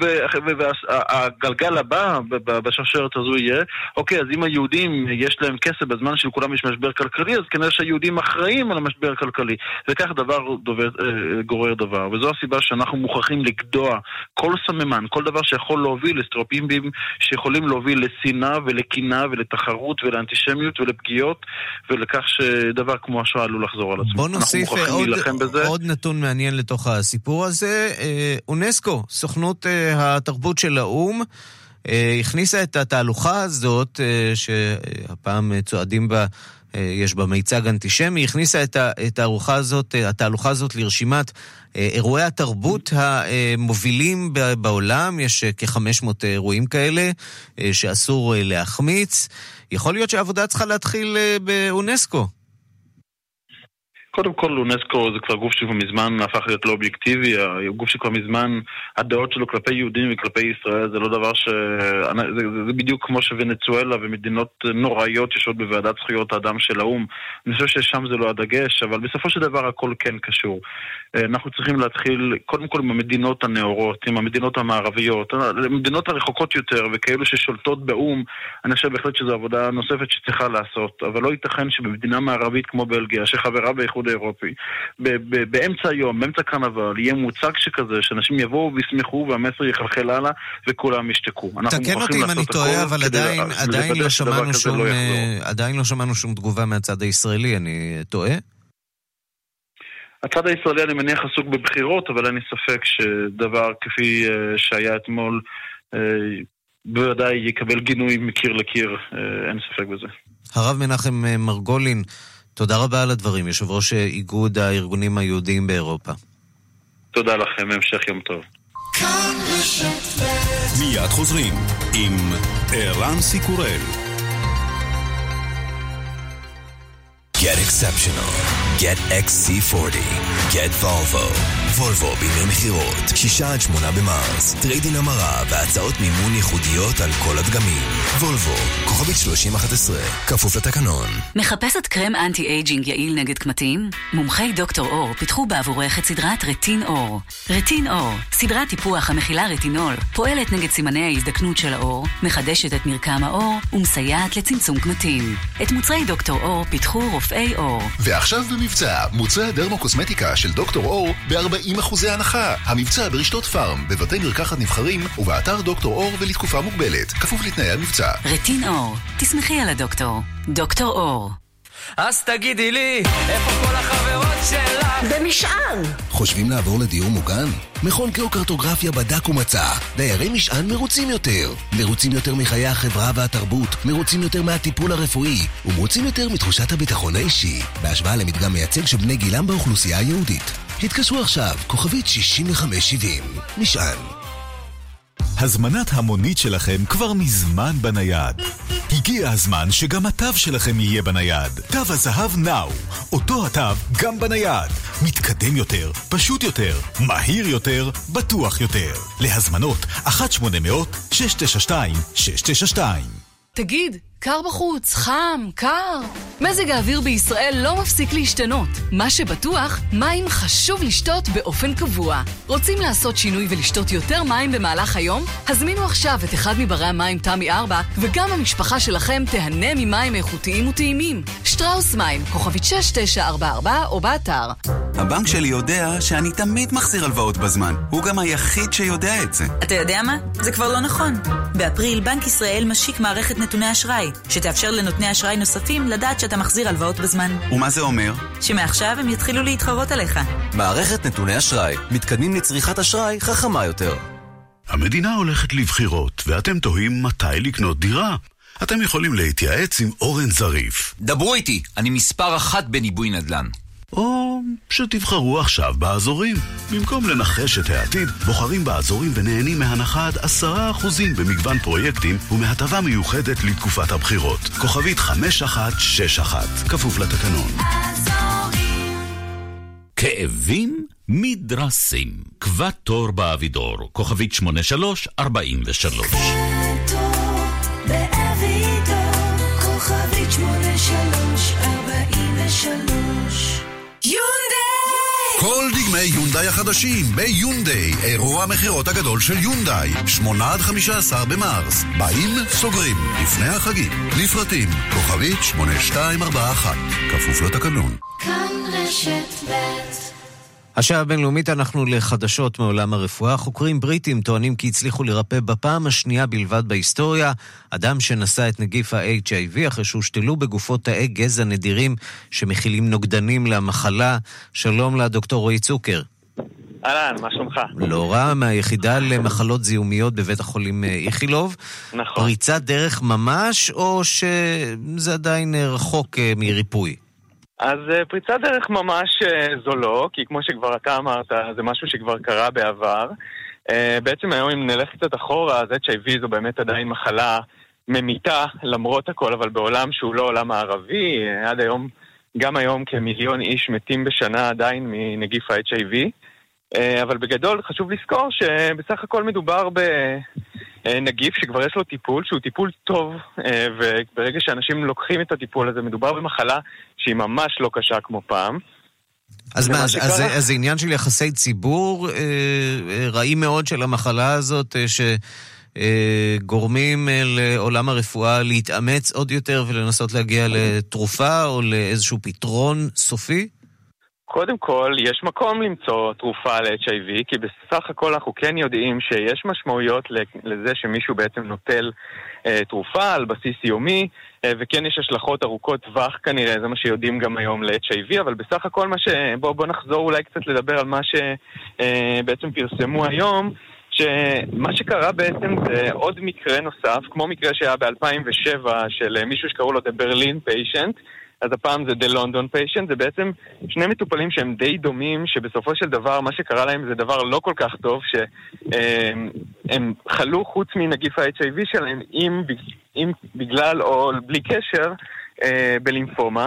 והגלגל הבא בשרשרת הזו יהיה, אוקיי, אז אם היהודים יש להם כסף בזמן של כולם יש משבר כלכלי, אז כנראה שהיהודים אחראים על המשבר הכלכלי. וכך דבר דובר, גורר דבר. וזו הסיבה שאנחנו מוכרחים לגדוע כל סממן, כל דבר שיכול להוביל לסטריאוטיפים שיכולים להוביל לשנאה ולקינה ולתחרות ולאנטישמיות ולפגיעות, ולכך שדבר כמו השואה עלול לחזור על עצמו. בוא נוסיף עוד, עוד נתון מעניין לתוך הסיפור הזה. אונסקו, סוכנות התרבות של האום, הכניסה את התהלוכה הזאת, שהפעם צועדים בה, יש בה מיצג אנטישמי, הכניסה את התהלוכה הזאת, התהלוכה הזאת לרשימת אירועי התרבות המובילים בעולם. יש כ-חמש מאות אירועים כאלה שאסור להחמיץ. יכול להיות שהעבודה צריכה להתחיל באונסקו. קודם כל, אונסקו זה כבר גוף שכבר מזמן הפך להיות לא אובייקטיבי, גוף שכבר מזמן הדעות שלו כלפי יהודים וכלפי ישראל זה לא דבר ש... זה, זה, זה בדיוק כמו שוונצואלה ומדינות נוראיות ישות בוועדת זכויות האדם של האום. אני חושב ששם זה לא הדגש, אבל בסופו של דבר הכל כן קשור. אנחנו צריכים להתחיל קודם כל עם המדינות הנאורות, עם המדינות המערביות, המדינות הרחוקות יותר וכאלו ששולטות באום. אני חושב בהחלט שזו עבודה נוספת שצריכה לעשות, אבל לא ייתכן שבמדינה מערבית כמו בלגיה, שחברה באיחוד האירופי, באמצע היום, באמצע קרנבל, יהיה מוצג שכזה, שאנשים יבואו וישמחו והמסר יחלחל הלאה וכולם ישתקו. תקן אותי אם אני טועה, אבל עדיין, עדיין לא שמענו שום, עדיין לא שמענו שום תגובה מהצד הישראלי, אני טועה? הצד הישראלי אני מניח עסוק בבחירות, אבל אין לי ספק שדבר כפי שהיה אתמול בוודאי יקבל גינוי מקיר לקיר, אין ספק בזה. הרב מנחם מרגולין, תודה רבה על הדברים, יושב ראש איגוד הארגונים היהודיים באירופה. תודה לכם, המשך יום טוב. מיד חוזרים עם ערן סיקורל. Get exceptional. Get אקס סי ארבעים. Get Volvo. Volvo בימי מחירות. שישה עד שמונה במרס. טריידין המרה והצעות מימון ייחודיות על כל הדגמים. Volvo. כוכבית שלושים אחת עשרה. כפוף לתקנון. מחפשת קרם אנטי-אייג'ינג יעיל נגד קמטים? מומחי דוקטור אור פיתחו בעבורך את סדרת רטין אור. רטין אור. סדרת טיפוח המכילה רטינול. פועלת נגד סימני ההזדקנות של האור, מחדשת את מרקם האור ומסייעת לצמצום קמטים. את מוצרי דוקטור אור פיתחו רופאי אור. ועכשיו במבצע, מוצרי הדרמוקוסמטיקה של דוקטור אור ב-ארבעים אחוזי הנחה. המבצע ברשתות פארם, בבתי מרקחת נבחרים ובאתר דוקטור אור ולתקופה מוגבלת. כפוף לתנאי המבצע. רטין אור. תסמכי על הדוקטור. דוקטור אור. אז תגידי לי, איפה כל החברות שלך? במשען! חושבים לעבור לדיור מוגן? מכון גיאוקרטוגרפיה בדק ומצא. דיירי משען מרוצים יותר. מרוצים יותר מחיי החברה והתרבות, מרוצים יותר מהטיפול הרפואי, ומרוצים יותר מתחושת הביטחון האישי, בהשוואה למדגם מייצג של בני גילם באוכלוסייה היהודית. התקשרו עכשיו, כוכבית שישים וחמש שבעים. משען. הזמנת המונית שלכם כבר מזמן בנייד. הגיע הזמן שגם התו שלכם יהיה בנייד. תו הזהב נאו. אותו התו גם בנייד. מתקדם יותר, פשוט יותר, מהיר יותר, בטוח יותר. להזמנות אחת שמונה אפס אפס שש תשע שתיים שש תשע שתיים. תגיד, קר בחוץ, חם, קר. מזג האוויר בישראל לא מפסיק להשתנות. מה שבטוח, מים חשוב לשתות באופן קבוע. רוצים לעשות שינוי ולשתות יותר מים במהלך היום? הזמינו עכשיו את אחד מברי המים תמי ארבע, וגם המשפחה שלכם תהנה ממים איכותיים וטעימים. שטראוס מים, כוכבית שש תשע ארבע ארבע או באתר. הבנק שלי יודע שאני תמיד מחזיר הלוואות בזמן. הוא גם היחיד שיודע את זה. אתה יודע מה? זה כבר לא נכון. באפריל בנק ישראל משיק מערכת נתוני אשראי, שתאפשר לנותני אשראי נוספים לדעת שאתה מחזיר הלוואות בזמן. ומה זה אומר? שמעכשיו הם יתחילו להתחרות עליך. מערכת נתוני אשראי. מתקדמים לצריכת אשראי חכמה יותר. המדינה הולכת לבחירות, ואתם תוהים מתי לקנות דירה. אתם יכולים להתייעץ עם אורן זריף. דברו איתי, אני מספר אחת בניבוי נדל"ן. או שתבחרו עכשיו באזורים. במקום לנחש את העתיד, בוחרים באזורים ונהנים מהנחה עד עשרה אחוזים במגוון פרויקטים ומהטבה מיוחדת לתקופת הבחירות. כוכבית חמש אחת שש אחת, כפוף לתקנון. כאבים מדרסים. קבטור באבידור, כוכבית שמונה שלוש ארבעים ושלוש. קבטור באבידור, כוכבית שמונה שלוש ארבעים ושלוש. כל דגמי יונדאי החדשים ביונדאי, אירוע המחירות הגדול של יונדאי, שמונה עד חמישה עשר במרס. באים, סוגרים, לפני החגים. לפרטים, כוכבית שמונה שתיים ארבע אחת, כפוף לתקנון. כאן רשת ב'. השעה הבינלאומית, אנחנו לחדשות מעולם הרפואה. חוקרים בריטים טוענים כי הצליחו לרפא בפעם השנייה בלבד בהיסטוריה אדם שנשא את נגיף ה-אייץ' איי וי אחרי שהושתלו בגופו תאי גזע נדירים שמכילים נוגדנים למחלה. שלום לדוקטור רועי צוקר. אהלן, מה שלומך? לא רע, מהיחידה למחלות זיהומיות בבית החולים איכילוב. נכון. פריצת דרך ממש, או שזה עדיין רחוק מריפוי? אז פריצת דרך ממש זו לא, כי כמו שכבר אתה אמרת, זה משהו שכבר קרה בעבר. בעצם היום אם נלך קצת אחורה, אז אייץ' איי וי זו באמת עדיין מחלה ממיתה למרות הכל, אבל בעולם שהוא לא עולם הערבי, עד היום, גם היום כמיליון איש מתים בשנה עדיין מנגיף ה-אייץ' איי וי. אבל בגדול חשוב לזכור שבסך הכל מדובר בנגיף שכבר יש לו טיפול, שהוא טיפול טוב, וברגע שאנשים לוקחים את הטיפול הזה, מדובר במחלה שהיא ממש לא קשה כמו פעם. אז מה, אז, אז, אז זה עניין של יחסי ציבור רעים מאוד של המחלה הזאת, שגורמים לעולם הרפואה להתאמץ עוד יותר ולנסות להגיע לתרופה או לאיזשהו פתרון סופי? קודם כל, יש מקום למצוא תרופה ל-אייץ' איי וי, כי בסך הכל אנחנו כן יודעים שיש משמעויות לזה שמישהו בעצם נוטל אה, תרופה על בסיס יומי, אה, וכן יש השלכות ארוכות טווח כנראה, זה מה שיודעים גם היום ל-אייץ' איי וי, אבל בסך הכל מה ש... בוא, בוא נחזור אולי קצת לדבר על מה שבעצם אה, פרסמו היום, שמה שקרה בעצם זה עוד מקרה נוסף, כמו מקרה שהיה ב-אלפיים ושבע של מישהו שקראו לו The Berlin Patient, אז הפעם זה The London Patient, זה בעצם שני מטופלים שהם די דומים, שבסופו של דבר מה שקרה להם זה דבר לא כל כך טוב, שהם חלו חוץ מנגיף ה-אייץ' איי וי שלהם, אם, אם בגלל או בלי קשר, בלימפומה.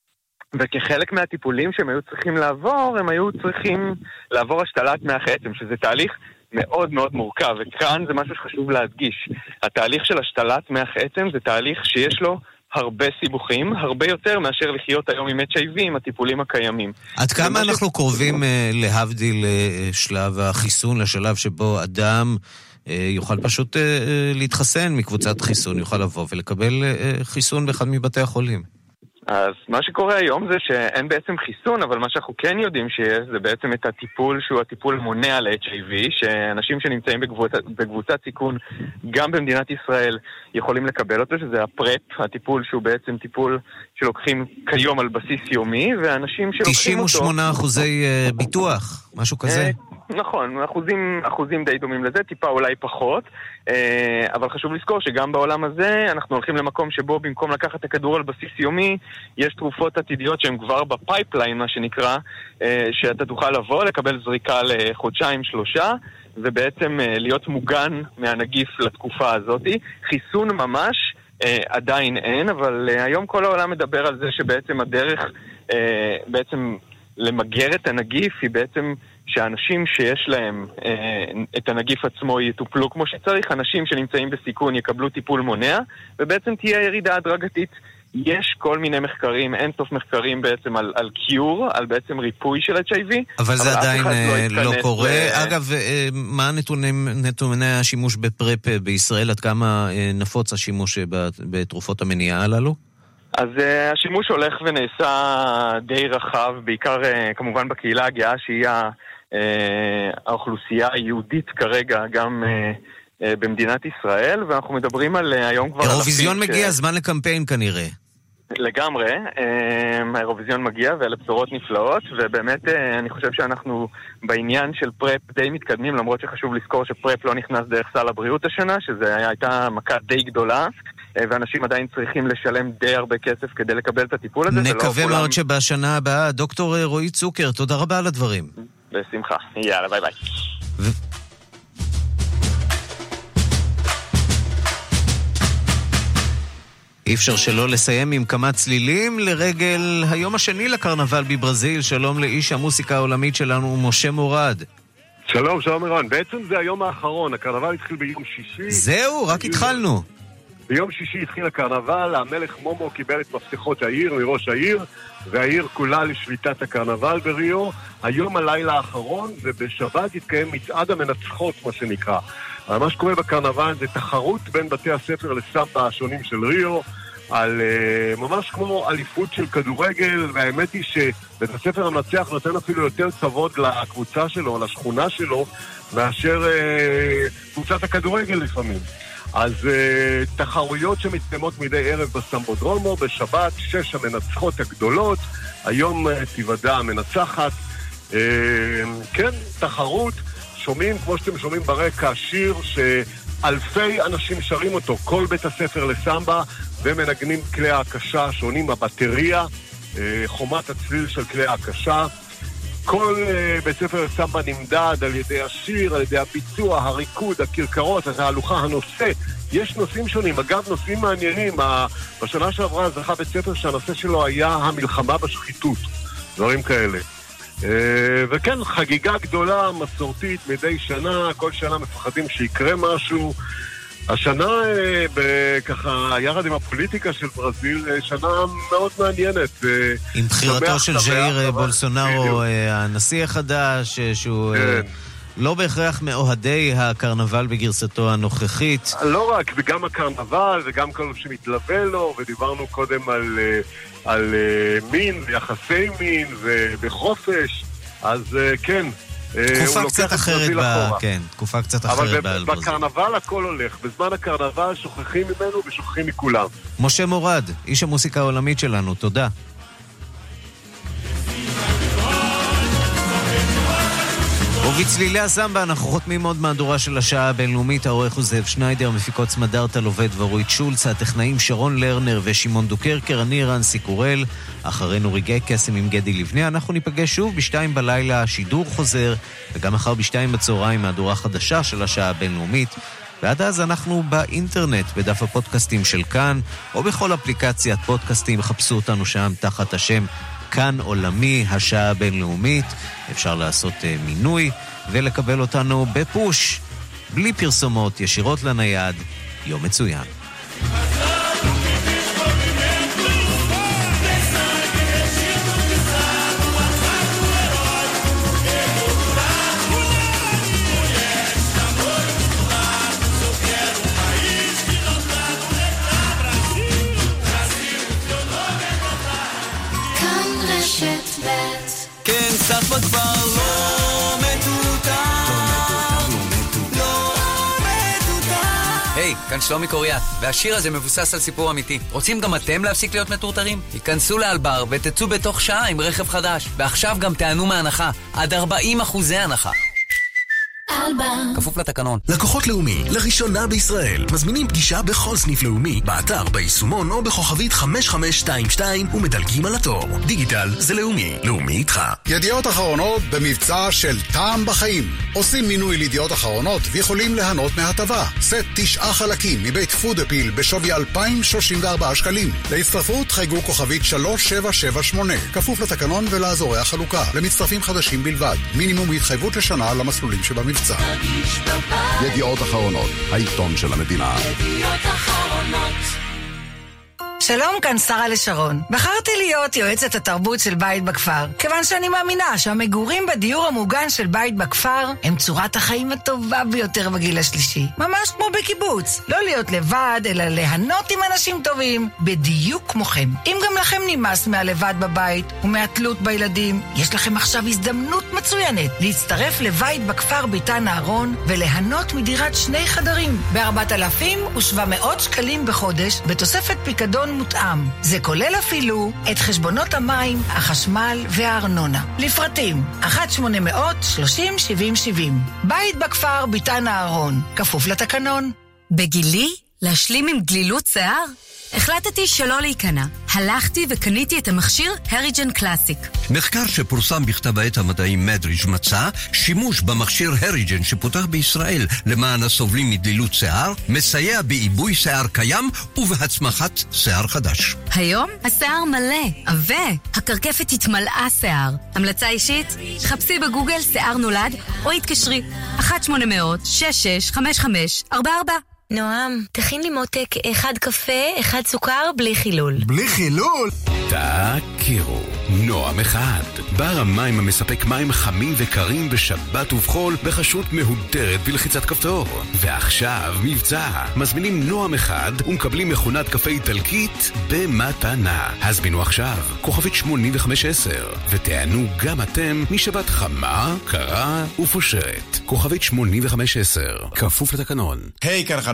וכחלק מהטיפולים שהם היו צריכים לעבור, הם היו צריכים לעבור השתלת מח עצם, שזה תהליך מאוד מאוד מורכב, וכאן זה משהו שחשוב להדגיש. התהליך של השתלת מח עצם זה תהליך שיש לו הרבה סיבוכים, הרבה יותר מאשר לחיות היום עם אייץ' איי וי, עם הטיפולים הקיימים. עד כמה אנחנו ש... קרובים להבדיל לשלב החיסון, לשלב שבו אדם יוכל פשוט להתחסן מקבוצת חיסון, יוכל לבוא ולקבל חיסון באחד מבתי החולים? אז מה שקורה היום זה שאין בעצם חיסון, אבל מה שאנחנו כן יודעים שיש זה בעצם את הטיפול שהוא הטיפול מונע ל-אייץ' איי וי, שאנשים שנמצאים בקבוצת, בקבוצת סיכון גם במדינת ישראל יכולים לקבל אותו, שזה הפרפ, הטיפול שהוא בעצם טיפול שלוקחים כיום על בסיס יומי, ואנשים שלוקחים תשעים ושמונה אותו... אחוזי ביטוח, משהו כזה. נכון, אחוזים, אחוזים די דומים לזה, טיפה אולי פחות, אבל חשוב לזכור שגם בעולם הזה אנחנו הולכים למקום שבו במקום לקחת את הכדור על בסיס יומי, יש תרופות עתידיות שהן כבר בפייפליין, מה שנקרא, שאתה תוכל לבוא, לקבל זריקה לחודשיים, שלושה, ובעצם להיות מוגן מהנגיף לתקופה הזאת. חיסון ממש עדיין אין, אבל היום כל העולם מדבר על זה שבעצם הדרך בעצם למגר את הנגיף היא בעצם שאנשים שיש להם אה, את הנגיף עצמו יטופלו כמו שצריך, אנשים שנמצאים בסיכון יקבלו טיפול מונע, ובעצם תהיה ירידה הדרגתית. יש כל מיני מחקרים, אין סוף מחקרים בעצם על, על קיור, על בעצם ריפוי של אייץ' איי וי. אבל זה עדיין לא, לא קורה. ל... אגב, מה הנתונים, נתוני השימוש בפרפ בישראל? עד כמה נפוץ השימוש בתרופות המניעה הללו? אז uh, השימוש הולך ונעשה די רחב, בעיקר uh, כמובן בקהילה הגאה שהיא uh, האוכלוסייה היהודית כרגע גם uh, uh, במדינת ישראל, ואנחנו מדברים על uh, היום כבר... אירוויזיון מגיע, ש... זמן לקמפיין כנראה. לגמרי, uh, האירוויזיון מגיע ואלה בשורות נפלאות, ובאמת uh, אני חושב שאנחנו בעניין של פרפ די מתקדמים, למרות שחשוב לזכור שפרפ לא נכנס דרך סל הבריאות השנה, שזו הייתה מכה די גדולה, ואנשים עדיין צריכים לשלם די הרבה כסף כדי לקבל את הטיפול הזה. נקווה מאוד כולם... שבשנה הבאה. דוקטור רועי צוקר, תודה רבה על הדברים. בשמחה. יאללה, ביי ביי. ו... אי אפשר שלא לסיים עם כמה צלילים לרגל היום השני לקרנבל בברזיל. שלום לאיש המוסיקה העולמית שלנו, משה מורד. שלום, שלום אירן. בעצם זה היום האחרון, הקרנבל התחיל ביום שישי. זהו, רק התחלנו. ביום שישי התחיל הקרנבל, המלך מומו קיבל את מפתחות העיר מראש העיר, והעיר כולה לשביתת הקרנבל בריו. היום הלילה האחרון, ובשבת התקיים מצעד המנצחות, מה שנקרא. מה שקורה בקרנבל זה תחרות בין בתי הספר לסמבה השונים של ריו, על uh, ממש כמו אליפות של כדורגל, והאמת היא שבית הספר המנצח נותן אפילו יותר כבוד לקבוצה שלו, לשכונה שלו, מאשר uh, קבוצת הכדורגל לפעמים. אז uh, תחרויות שמתקיימות מדי ערב בסמבודרומו, בשבת שש המנצחות הגדולות, היום uh, תיוודע המנצחת, כן, תחרות, שומעים, כמו שאתם שומעים ברקע, שיר שאלפי אנשים שרים אותו, כל בית הספר לסמבה, ומנגנים כלי ההקשה, שעונים בבטריה, חומת הצליל של כלי ההקשה. כל בית ספר לסמבה נמדד על ידי השיר, על ידי הביצוע, הריקוד, הכרכרות, התהלוכה, הנושא. יש נושאים שונים, אגב נושאים מעניינים. בשנה שעברה זכה בית ספר שהנושא שלו היה המלחמה בשחיתות, דברים כאלה. וכן, חגיגה גדולה, מסורתית, מדי שנה, כל שנה מפחדים שיקרה משהו. השנה, ככה, יחד עם הפוליטיקה של ברזיל, שנה מאוד מעניינת. עם בחירתו של ז'איר בולסונארו, הנשיא החדש, שהוא לא בהכרח מאוהדי הקרנבל בגרסתו הנוכחית. לא רק, וגם הקרנבל, וגם כל שמתלווה לו, ודיברנו קודם על, על מין, ויחסי מין, ובחופש, אז כן. תקופה קצת אחרת, כן, תקופה קצת אחרת. אבל בקרנבל הכל הולך, בזמן הקרנבל שוכחים ממנו ושוכחים מכולם. משה מורד, איש המוסיקה העולמית שלנו, תודה. ובצלילי הסמבה אנחנו חותמים עוד מהדורה של השעה הבינלאומית. העורך הוא זאב שניידר, מפיקות סמדארטה לובד ורועית שולץ, הטכנאים שרון לרנר ושמעון דוקרקר, אני רנסי קורל, אחרינו רגעי קסם עם גדי לבני. אנחנו ניפגש שוב בשתיים בלילה, שידור חוזר, וגם מחר בשתיים בצהריים מהדורה חדשה של השעה הבינלאומית. ועד אז אנחנו באינטרנט, בדף הפודקאסטים של כאן, או בכל אפליקציית פודקאסטים, חפשו אותנו שם תחת השם כאן עולמי, השעה הבינלאומית. אפשר לעשות uh, מינוי ולקבל אותנו בפוש, בלי פרסומות, ישירות לנייד. יום מצוין. כן, סחבא כבר לא מטוטר, לא מטוטר. היי, כאן שלומי קוריאט, והשיר הזה מבוסס על סיפור אמיתי. רוצים גם אתם להפסיק להיות מטורטרים? היכנסו לאלבר ותצאו בתוך שעה עם רכב חדש, ועכשיו גם תענו מהנחה, עד ארבעים אחוזי הנחה. כפוף לתקנון. לקוחות לאומי, לראשונה בישראל, מזמינים פגישה בכל סניף לאומי, באתר, ביישומון או בכוכבית חמש חמש שתיים שתיים ומדלגים על התור. דיגיטל זה לאומי, לאומי איתך. ידיעות אחרונות במבצע של טעם בחיים. עושים מינוי לידיעות אחרונות ויכולים ליהנות מהטבה. סט תשעה חלקים מבית פודאפיל בשווי אלפיים שלושים וארבעה שקלים. להצטרפות חייגו כוכבית שלוש שבע שבע שמונה. כפוף לתקנון ולאזורי החלוקה. למצטרפים חדשים בלבד. מינימום התחייבות לשנה למסלולים שבמבצע. ידיעות אחרונות, העיתון של המדינה. ידיעות אחרונות. שלום, כאן שרה לשרון. בחרתי להיות יועצת התרבות של בית בכפר, כיוון שאני מאמינה שהמגורים בדיור המוגן של בית בכפר הם צורת החיים הטובה ביותר בגיל השלישי. ממש כמו בקיבוץ. לא להיות לבד, אלא ליהנות עם אנשים טובים, בדיוק כמוכם. אם גם לכם נמאס מהלבד בבית ומהתלות בילדים, יש לכם עכשיו הזדמנות מצוינת להצטרף לבית בכפר ביתן אהרון וליהנות מדירת שני חדרים ב-ארבעת אלפים ושבע מאות שקלים בחודש, בתוספת פיקדון מותאם. זה כולל אפילו את חשבונות המים, החשמל והארנונה. לפרטים אחת שמונה מאות שלושים שבעים שבעים. בית בכפר ביתן אהרון, כפוף לתקנון. בגילי? להשלים עם גלילות שיער? החלטתי שלא להיכנע. הלכתי וקניתי את המכשיר הריג'ן קלאסיק. מחקר שפורסם בכתב העת המדעי מדריג' מצא שימוש במכשיר הריג'ן שפותח בישראל למען הסובלים מדלילות שיער מסייע בעיבוי שיער קיים ובהצמחת שיער חדש. היום השיער מלא, עבה, הקרקפת התמלאה שיער. המלצה אישית? חפשי בגוגל שיער נולד או התקשרי אחת שמונה מאות שש שש חמש חמש ארבע ארבע. נועם, תכין לי מותק אחד קפה, אחד סוכר, בלי חילול. בלי חילול? תכירו, נועם אחד. בר המים המספק מים חמים וקרים בשבת ובחול בחשות מהודרת בלחיצת כפתור. ועכשיו מבצע. מזמינים נועם אחד ומקבלים מכונת קפה איטלקית במתנה. הזמינו עכשיו, כוכבית שמונים וחמש עשר, ותענו גם אתם משבת חמה, קרה ופושרת. כוכבית שמונים וחמש עשר, כפוף לתקנון. היי, כאן חנוך.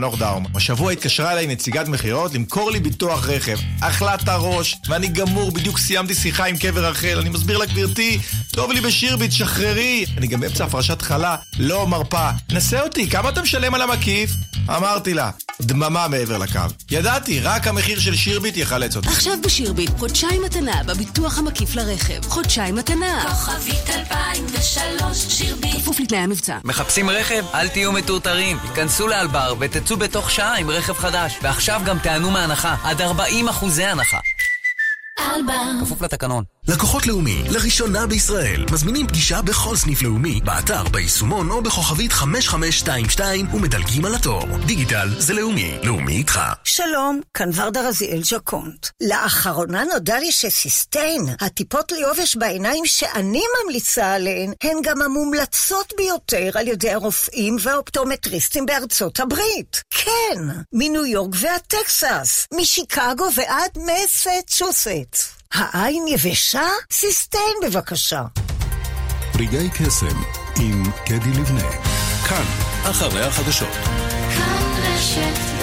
נוחדאום. השבוע התקשרה אליי נציגת מחירות למכור לי ביטוח רכב. אכלת הראש, ואני גמור, בדיוק סיימתי שיחה עם קבר רחל. אני מסביר לה, גברתי, טוב לי בשירביט, שחררי. אני גם באמצע הפרשת חלה, לא מרפא. נסה אותי, כמה אתה משלם על המקיף? אמרתי לה, דממה מעבר לקו. ידעתי, רק המחיר של שירביט יחלץ אותי. עכשיו בשירביט, חודשיים מתנה בביטוח המקיף לרכב. חודשיים מתנה. כוכבית אלפיים ושלוש שירביט. כפוף לתנאי המבצע. מחפשים רכב? אל תהיו מטורטרים. היכנסו לאלבר ותצאו בתוך שעה עם רכב חדש. ועכשיו גם תענו מהנחה. עד ארבעים אחוזי הנחה. אלבר. כפוף לתקנון. לקוחות לאומי, לראשונה בישראל, מזמינים פגישה בכל סניף לאומי, באתר, ביישומון או בכוכבית חמש חמש שתיים שתיים ומדלגים על התור. דיגיטל זה לאומי, לאומי איתך. שלום, כאן ורדה רזיאל ג'קונט. לאחרונה נודע לי שסיסטיין, הטיפות ליובש בעיניים שאני ממליצה עליהן, הן גם המומלצות ביותר על ידי הרופאים והאופטומטריסטים בארצות הברית. כן, מניו יורק ועד טקסס, משיקגו ועד מסצ'וסטס. העין יבשה? סיסטיין בבקשה. רגעי קסם עם קדי לבנה. כאן, אחרי החדשות. כאן רשת